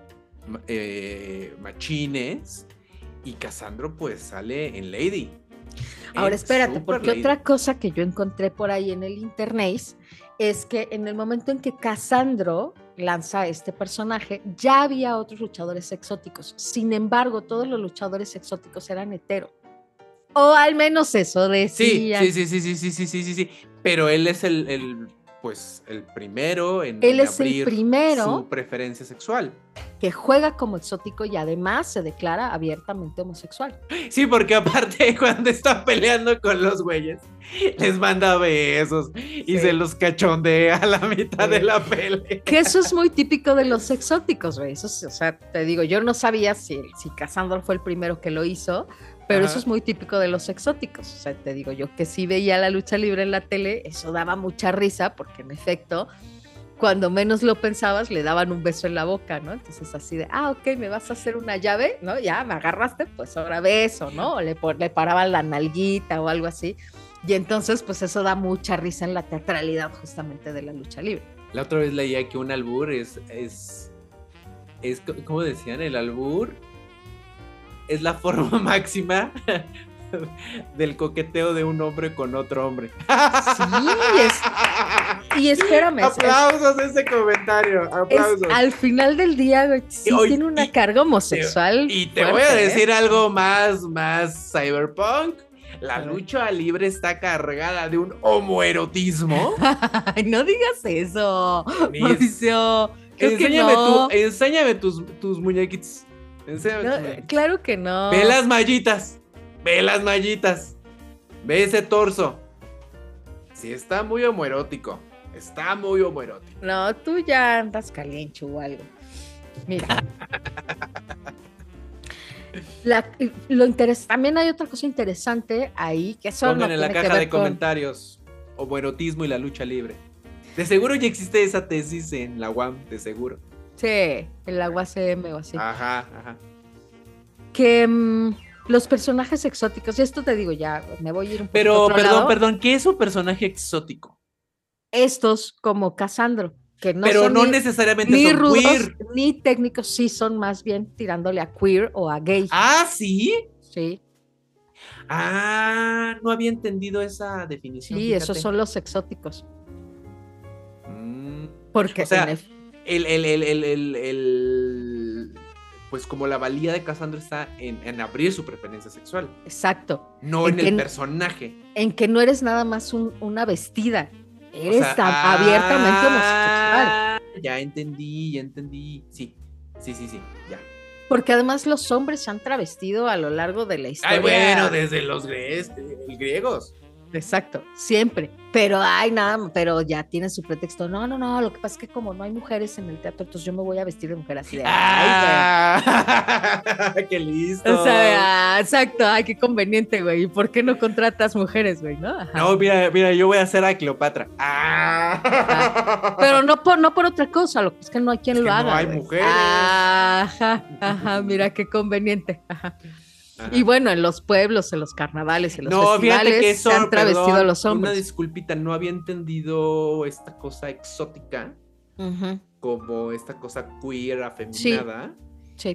eh, machines, y Casandro pues sale en Lady. Ahora en espérate, Super porque Lady. otra cosa que yo encontré por ahí en el internet es que en el momento en que Casandro lanza este personaje, ya había otros luchadores exóticos. Sin embargo, todos los luchadores exóticos eran hetero. O al menos eso decían. Sí, sí, sí, sí, sí, sí, sí, sí, sí. Pero él es el, el pues, el primero en, Él en es el abrir primero su preferencia sexual. que juega como exótico y además se declara abiertamente homosexual. Sí, porque aparte cuando está peleando con los güeyes, les manda besos y Sí. se los cachondea a la mitad Sí. de la pelea. Que eso es muy típico de los exóticos, güey. Eso, o sea, te digo, yo no sabía si, si Casandro fue el primero que lo hizo, pero Ajá. eso es muy típico de los exóticos. O sea, te digo, yo que sí veía la lucha libre en la tele, eso daba mucha risa, porque en efecto, cuando menos lo pensabas, le daban un beso en la boca, ¿no? Entonces así de, ah, ok, me vas a hacer una llave, ¿no? Ya, me agarraste, pues ahora beso, ¿no? O le, le paraban la nalguita o algo así. Y entonces, pues eso da mucha risa en la teatralidad justamente de la lucha libre. La otra vez leía que un albur es, es, es, ¿cómo decían? El albur es la forma máxima del coqueteo de un hombre con otro hombre. Sí, es, y espérame. Aplausos a ese comentario, aplausos. Es, al final del día, güey, sí Oye, tiene una y, carga homosexual. Y te fuerte, voy a decir ¿eh? algo más, más cyberpunk. La lucha libre está cargada de un homoerotismo. Ay, no digas eso, Mis... Mauricio. Creo enséñame, que no. tu, enséñame tus, tus muñequitos. Enséñame No, tus muñequitos. claro que no. Ve las mallitas. Ve las mallitas. Ve ese torso. Sí, está muy homoerótico. Está muy homoerótico. No, tú ya andas caliente o algo. Mira. La, lo interes- también hay otra cosa interesante ahí que eso Pongan no en la tiene que caja ver de con- comentarios homoerotismo y la lucha libre. De seguro ya existe esa tesis en la U A M, de seguro. Sí, el agua C M o así. Ajá, ajá. Que mmm, los personajes exóticos, y esto te digo ya, me voy a ir un poco Pero, otro perdón, lado. perdón, ¿qué es un personaje exótico? Estos como Casandro, que no Pero son no ni, necesariamente ni son rudos queer. ni técnicos, sí son más bien tirándole a queer o a gay. Ah, ¿sí? Sí, Ah, no había entendido esa definición. sí, fíjate. esos son los exóticos. Mm, Porque o sea, en el- el, el, el, el, el, el- pues como la valía de Casandro está en, en abrir su preferencia sexual, exacto, no En en, que el n- personaje. en que no eres nada más un- una vestida, O eres sea, ab- ah, abiertamente homosexual. Ya entendí, ya entendí. Sí, sí, sí, sí, ya. Porque además los hombres se han travestido a lo largo de la historia. Ay, bueno, desde los gries- eh, griegos. Exacto, siempre. Pero ay, nada, pero ya tiene su pretexto. No, no, no, lo que pasa es que como no hay mujeres en el teatro, entonces yo me voy a vestir de mujer así de. ¡Ah! ¡Qué listo! Güey. O sea, exacto, ay, qué conveniente, güey. ¿Y por qué no contratas mujeres, güey? ¿No? Ajá. No, mira, mira, yo voy a hacer a Cleopatra. ¡Ah! Pero no por, no por otra cosa, lo que es que no hay quien Es lo que haga. no hay güey. mujeres. Ajá, ajá, mira qué conveniente. Ajá. Ajá. Y bueno, en los pueblos, en los carnavales, en los No, festivales, fíjate que eso, se han travestido perdón, a los una hombres. disculpita, no había entendido esta cosa exótica Ujú, como esta cosa queer, afeminada. sí.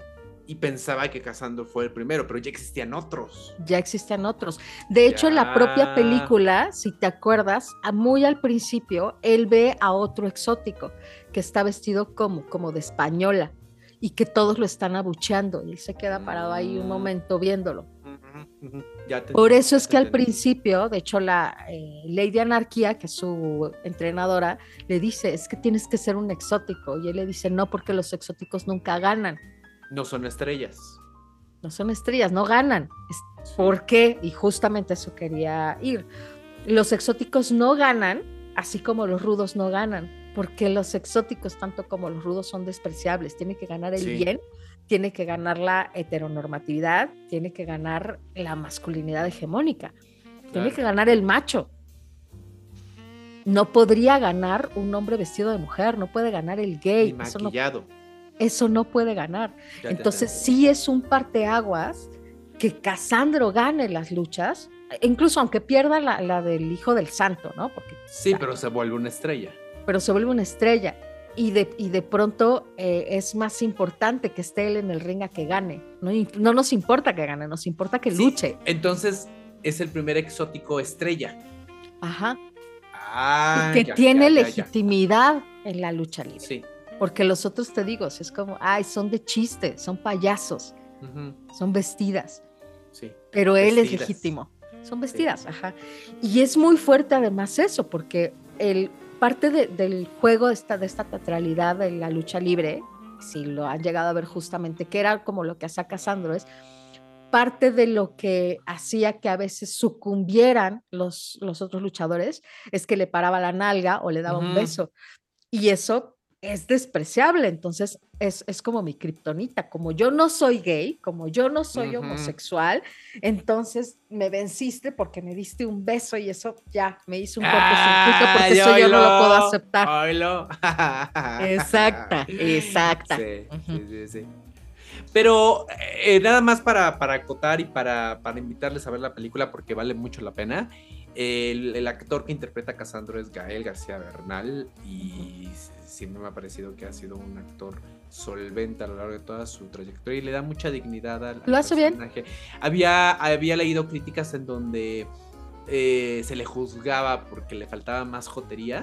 y pensaba que Casandro fue el primero, pero ya existían otros. Ya existían otros. De hecho, Ya. en la propia película, si te acuerdas, muy al principio, él ve a otro exótico que está vestido como, como de española y que todos lo están abucheando y él se queda parado ahí un Mm. momento viéndolo. Ujú, ujú. Ya te Por entendí, eso es ya que te al entendí. principio, de hecho, la eh, Lady Anarquía, que es su entrenadora, le dice, es que tienes que ser un exótico. Y él le dice, no, porque los exóticos nunca ganan. No son estrellas. No son estrellas, no ganan. Es- ¿Por qué? Y justamente eso quería ir. Los exóticos no ganan, así como los rudos no ganan, porque los exóticos, tanto como los rudos, son despreciables. Tiene que ganar el Sí. bien, tiene que ganar la heteronormatividad, tiene que ganar la masculinidad hegemónica, tiene Claro. que ganar el macho. No podría ganar un hombre vestido de mujer, no puede ganar el gay. Ni Eso no, maquillado. eso no puede ganar. Ya te Entonces entendí. sí es un parteaguas que Casandro gane las luchas, incluso aunque pierda la, la del hijo del santo, ¿no? Porque, Sí, pero se vuelve una estrella. pero se vuelve una estrella y de, y de pronto eh, es más importante que esté él en el ring a que gane. No, no nos importa que gane, nos importa que Sí, luche. Entonces es el primer exótico estrella. Ajá. Ah, Y que ya, tiene ya, ya, ya. legitimidad en la lucha libre. Sí. Porque los otros, te digo, es como, ay, son de chiste, son payasos, Ujú, son vestidas. sí. Pero él es Vestidas. legítimo. Son vestidas, ajá. Y es muy fuerte además eso, porque el, parte de, del juego de esta, de esta teatralidad de la lucha libre, si lo han llegado a ver justamente, que era como lo que hacía Casandro, es parte de lo que hacía que a veces sucumbieran los, los otros luchadores, es que le paraba la nalga o le daba un Ujú. beso. Y eso es despreciable, entonces es, es como mi kriptonita, como yo no soy gay, como yo no soy Ujú. homosexual, entonces me venciste porque me diste un beso y eso ya me hizo un Ah, cortocircuito porque eso yo no lo puedo oílo, aceptar. oílo. Exacta, exacta. Sí, Ujú. sí, sí, sí. Pero eh, nada más para, para acotar y para, para invitarles a ver la película porque vale mucho la pena. El, el actor que interpreta a Casandro es Gael García Bernal y siempre me ha parecido que ha sido un actor solvente a lo largo de toda su trayectoria y le da mucha dignidad al, al Lo hace bien. personaje. Había, había leído críticas en donde eh, se le juzgaba porque le faltaba más jotería,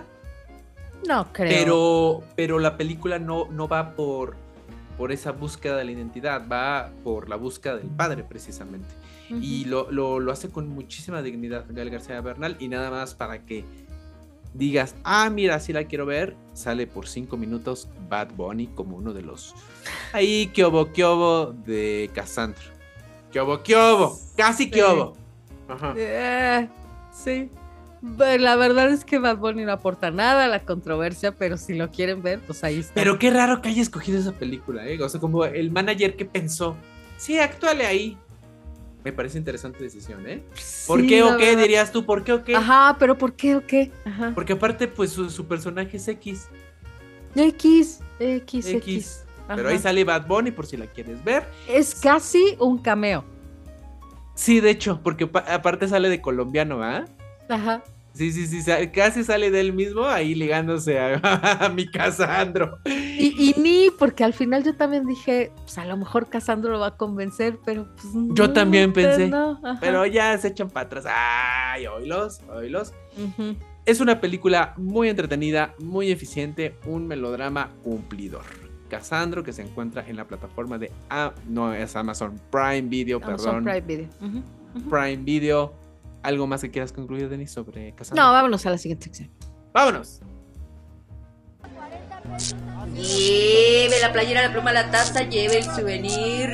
No creo. pero, pero la película no, no va por, por esa búsqueda de la identidad, va por la búsqueda del padre precisamente. Ujú. Y lo, lo, lo hace con muchísima dignidad Gael García Bernal y nada más para que digas, ah, mira, sí la quiero ver, sale por cinco minutos Bad Bunny como uno de los ahí kiobo kiobo de Casandro. Kiobo kiobo, casi Sí. kiobo. Ajá. Eh, sí. Pero la verdad es que Bad Bunny no aporta nada a la controversia, pero si lo quieren ver, pues ahí está. Pero qué raro que haya escogido esa película, ¿eh? O sea, como el manager que pensó, sí, actúale ahí. Me parece interesante decisión, ¿eh? ¿Por Sí, qué la o qué? verdad. Dirías tú, ¿por qué o qué? Ajá, pero ¿por qué o qué? Ajá. Porque aparte, pues su, su personaje es X. X, X, X. X. Pero Ajá. ahí sale Bad Bunny por si la quieres ver. Es casi un cameo. Sí, de hecho, porque pa- aparte sale de colombiano, ¿ah? Ajá. Sí, sí, sí, sa- casi sale de él mismo ahí ligándose a, a mi Casandro. Y, y ni, porque al final yo también dije, pues a lo mejor Casandro lo va a convencer, pero pues Yo no, también pues, pensé, no, ajá. Pero ya se echan para atrás. Ay, oílos, oílos. Ujú. Es una película muy entretenida, muy eficiente, un melodrama cumplidor. Casandro, que se encuentra en la plataforma de... Ah, no, es Amazon Prime Video, Amazon perdón. Prime Video. Ujú, ujú. Prime Video. ¿Algo más que quieras concluir, Denis, sobre Casandro? No, vámonos a la siguiente sección. ¡Vámonos! Lleve la playera, la pluma, la taza, lleve el souvenir.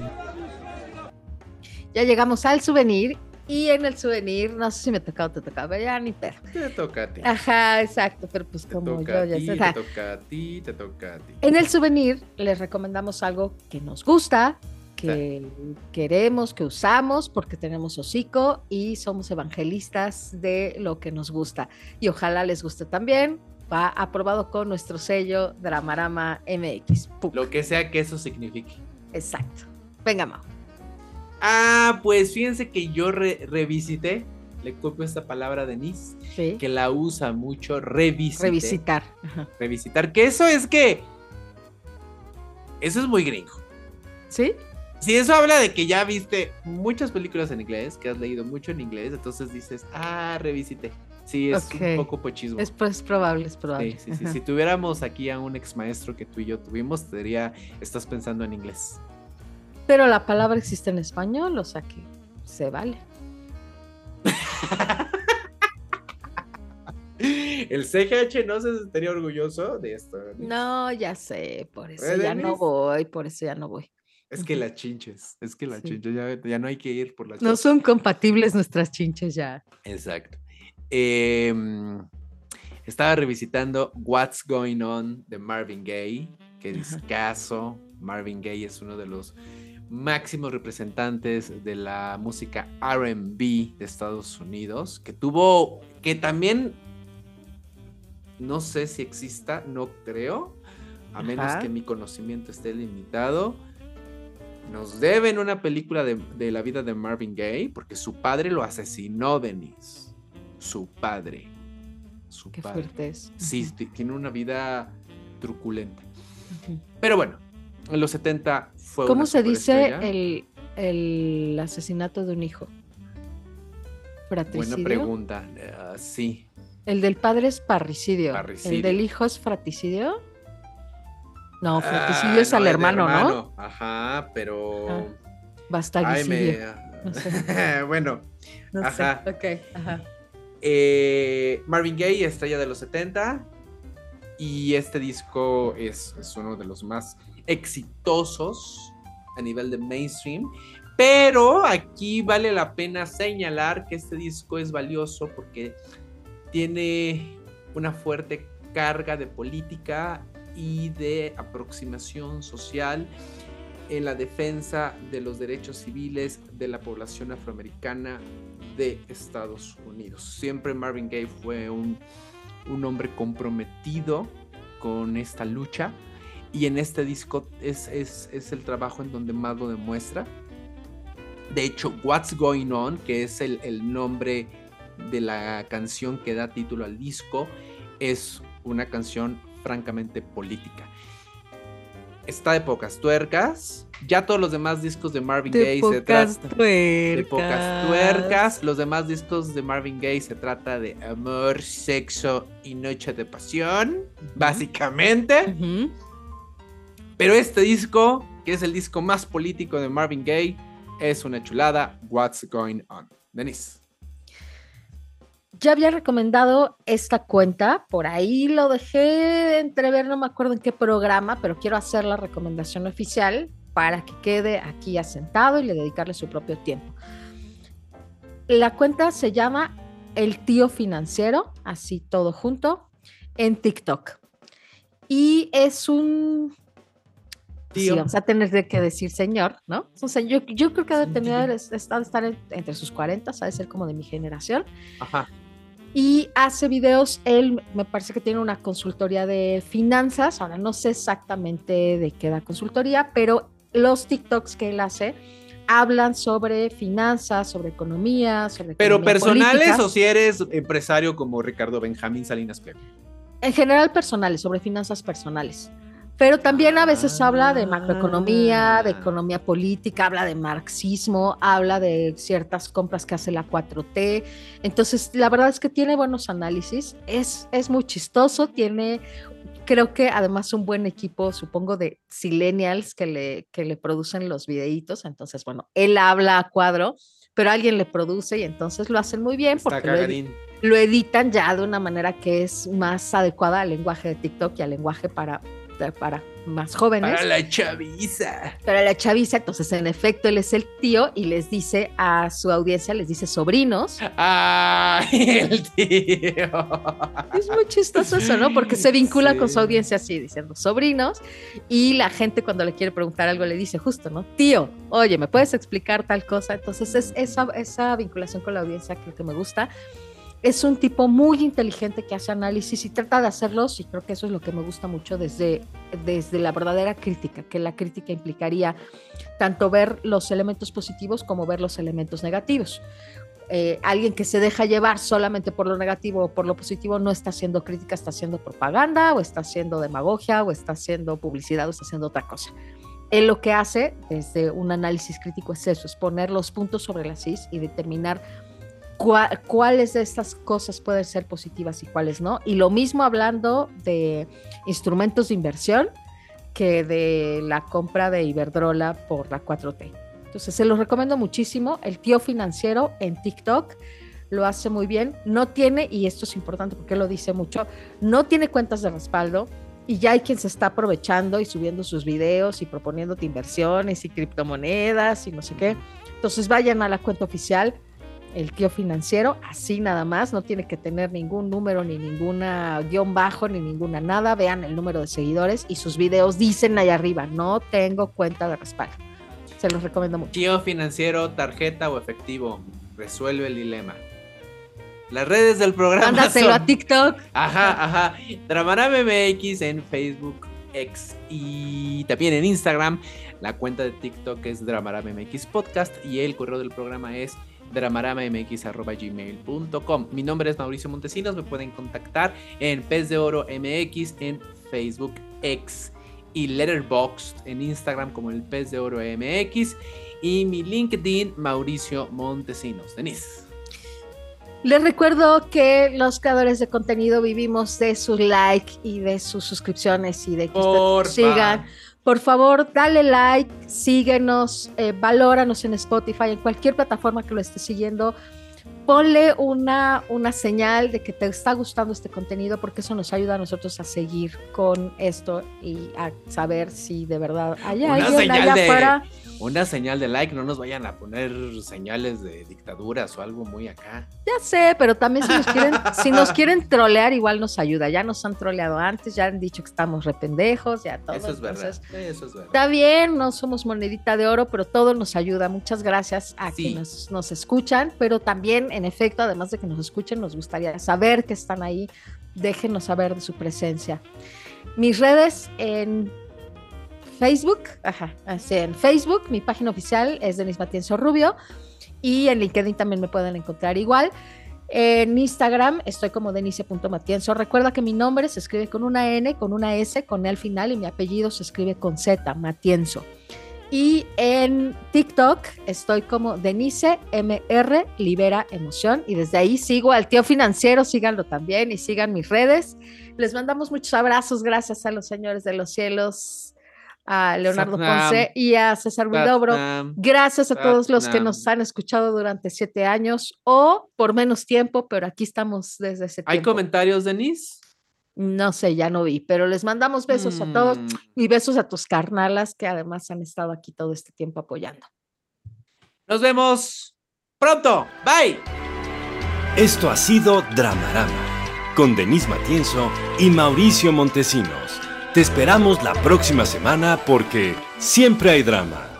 Ya llegamos al souvenir. Y en el souvenir, no sé si me tocaba o te tocaba, pero ya ni perro. Te toca a ti. Ajá, exacto, pero pues Te como toca yo a ya ti, sé. te ajá. toca a ti, te toca a ti. En el souvenir les recomendamos algo que nos gusta, que queremos, que usamos, porque tenemos hocico y somos evangelistas de lo que nos gusta. Y ojalá les guste también. Va aprobado con nuestro sello Dramarama M X. Pum. Lo que sea que eso signifique. Exacto. Venga, Mau. Ah, pues fíjense que yo re- revisité, le copio esta palabra a Denise, Sí. que la usa mucho, revisité. Revisitar. Ajá. Revisitar, que eso es que... Eso es muy gringo. ¿Sí? Sí, eso habla de que ya viste muchas películas en inglés, que has leído mucho en inglés, entonces dices, ah, revisité. Sí, es Ok. un poco pochismo. Es, pues, probable, es probable. Sí, sí, sí. Si tuviéramos aquí a un ex maestro que tú y yo tuvimos, te diría, estás pensando en inglés. Pero la palabra existe en español, o sea que se vale. El C G H no se estaría orgulloso de esto. Denise. No, ya sé, por eso ¿Eh, ya no Denise? voy, por eso ya no voy. Es que la chinches, es que la Sí. chinches, ya, ya no hay que ir por la No chinches. son compatibles nuestras chinches ya. Exacto. Eh, estaba revisitando What's Going On de Marvin Gaye, que discazo. Marvin Gaye es uno de los máximos representantes de la música R and B de Estados Unidos, que tuvo, que también, no sé si exista, no creo, a menos Ajá. que mi conocimiento esté limitado. Nos deben una película de, de la vida de Marvin Gaye, porque su padre lo asesinó, Denise. Su padre. Su Qué padre. fuerte es. Sí, Ujú. t- tiene una vida truculenta. Ujú. Pero bueno, en los setenta fue ¿Cómo una se dice superestrella. el, el asesinato de un hijo? ¿Fratricidio? Buena pregunta. Uh, sí. El del padre es parricidio. Parricidio. ¿El del hijo es fratricidio? No, fratricidio Ah, es no, al de hermano, ¿no? Ajá, pero... Ah, Ay, Bastaguicidio. me... No sé. bueno, No ajá. sé. Ok, ajá. Eh, Marvin Gaye, estrella de los setenta, y este disco es, es uno de los más exitosos a nivel de mainstream, pero aquí vale la pena señalar que este disco es valioso porque tiene una fuerte carga de política y de aproximación social en la defensa de los derechos civiles de la población afroamericana de Estados Unidos. Siempre Marvin Gaye fue un, un hombre comprometido con esta lucha, y en este disco es, es, es el trabajo en donde más lo demuestra. De hecho, What's Going On, que es el, el nombre de la canción que da título al disco, es una canción francamente política. Está de pocas tuercas. Ya todos los demás discos de Marvin De Gaye se pocas tratan tuercas. de pocas tuercas. Los demás discos de Marvin Gaye se trata de amor, sexo y noche de pasión, básicamente. Ujú. Pero este disco, que es el disco más político de Marvin Gaye, es una chulada. What's Going On. Denise. Ya había recomendado esta cuenta, por ahí lo dejé de entrever, no me acuerdo en qué programa, pero quiero hacer la recomendación oficial para que quede aquí asentado y le dedicarle su propio tiempo. La cuenta se llama El Tío Financiero, así todo junto, en TikTok. Y es un... Tío. Sí, vamos a tener que decir señor, ¿no? Es un señor, yo, yo creo que ha de Es un tener, tío. es- está de estar en- entre sus cuarenta, ha de ser como de mi generación. Ajá. Y hace videos, él me parece que tiene una consultoría de finanzas, ahora no sé exactamente de qué da consultoría, pero los TikToks que él hace hablan sobre finanzas, sobre economía, sobre Pero economía personales, política. o si eres empresario como Ricardo Benjamín Salinas Pliego. En general personales, sobre finanzas personales. Pero también a veces habla de macroeconomía, de economía política, habla de marxismo, habla de ciertas compras que hace la cuatro T. Entonces, la verdad es que tiene buenos análisis, es, es muy chistoso, tiene, creo que además un buen equipo, supongo, de zillennials que le, que le producen los videitos. Entonces, bueno, él habla a cuadro, pero alguien le produce y entonces lo hacen muy bien Está porque lo, edi- cagarín. lo editan ya de una manera que es más adecuada al lenguaje de TikTok y al lenguaje para, para más jóvenes. Para la chaviza. Pero la chaviza, entonces en efecto él es el tío y les dice a su audiencia, les dice sobrinos. ¡Ay, el tío! Es muy chistoso eso, ¿no? Porque se vincula Sí. con su audiencia así, diciendo sobrinos, y la gente cuando le quiere preguntar algo le dice justo, ¿no? Tío, oye, ¿me puedes explicar tal cosa? Entonces es esa, esa vinculación con la audiencia creo que me gusta. Es un tipo muy inteligente que hace análisis y trata de hacerlos, y creo que eso es lo que me gusta mucho desde, desde la verdadera crítica, que la crítica implicaría tanto ver los elementos positivos como ver los elementos negativos. Eh, alguien que se deja llevar solamente por lo negativo o por lo positivo no está haciendo crítica, está haciendo propaganda o está haciendo demagogia o está haciendo publicidad o está haciendo otra cosa. él lo que hace desde un análisis crítico es eso, es poner los puntos sobre las is y determinar cuál, cuáles de estas cosas pueden ser positivas y cuáles no. Y lo mismo hablando de instrumentos de inversión que de la compra de Iberdrola por la cuatro T. Entonces se los recomiendo muchísimo. El tío financiero en TikTok lo hace muy bien. No tiene, y esto es importante porque él lo dice mucho, no tiene cuentas de respaldo. Y ya hay quien se está aprovechando y subiendo sus videos y proponiéndote inversiones y criptomonedas y no sé qué. Entonces vayan a la cuenta oficial, el tío financiero, así nada más, no tiene que tener ningún número, ni ninguna guión bajo, ni ninguna nada. Vean el número de seguidores y sus videos dicen ahí arriba, no tengo cuenta de respaldo. Se los recomiendo mucho. Tío financiero, tarjeta o efectivo, resuelve el dilema. Las redes del programa Mándaselo son... a TikTok. Ajá, ajá. Dramarama M X en Facebook, X y también en Instagram. La cuenta de TikTok es Dramarama M X Podcast y el correo del programa es dramaramamx arroba gmail punto com. Mi nombre es Mauricio Montesinos. Me pueden contactar en Pez de Oro M X en Facebook, X y Letterboxd en Instagram como el Pez de Oro M X y mi LinkedIn Mauricio Montesinos. Denise. Les recuerdo que los creadores de contenido vivimos de sus likes y de sus suscripciones y de que ustedes sigan. Por favor, dale like, síguenos, eh, valóranos en Spotify, en cualquier plataforma que lo estés siguiendo. Ponle una, una señal de que te está gustando este contenido porque eso nos ayuda a nosotros a seguir con esto y a saber si de verdad hay alguien allá de... afuera. Una señal de like, no nos vayan a poner señales de dictaduras o algo muy acá. Ya sé, pero también si nos quieren, si nos quieren trolear, igual nos ayuda. Ya nos han troleado antes, ya han dicho que estamos rependejos, ya todo. Eso es verdad, entonces, eso es verdad. Está bien, no somos monedita de oro, pero todo nos ayuda. Muchas gracias a Sí. quienes nos, nos escuchan, pero también, en efecto, además de que nos escuchen, nos gustaría saber que están ahí. Déjenos saber de su presencia. Mis redes en Facebook, ajá, así, en Facebook, mi página oficial es Denise Matienzo Rubio y en LinkedIn también me pueden encontrar igual. En Instagram estoy como denise punto matienzo. Recuerda que mi nombre se escribe con una N, con una S, con E al final y mi apellido se escribe con Z, Matienzo. Y en TikTok estoy como Denise M R Libera Emoción y desde ahí sigo al tío financiero, síganlo también y sigan mis redes. Les mandamos muchos abrazos, gracias a los señores de los cielos, a Leonardo Satnam. Ponce y a César Huidobro. Satnam. Gracias a todos los que Satnam. nos han escuchado durante siete años o por menos tiempo, pero aquí estamos desde ese ¿Hay tiempo. comentarios, Denise? No sé, ya no vi, pero les mandamos besos Mm. a todos y besos a tus carnalas que además han estado aquí todo este tiempo apoyando. Nos vemos pronto. Bye. Esto ha sido Dramarama, con Denise Matienzo y Mauricio Montesinos. Te esperamos la próxima semana porque siempre hay drama.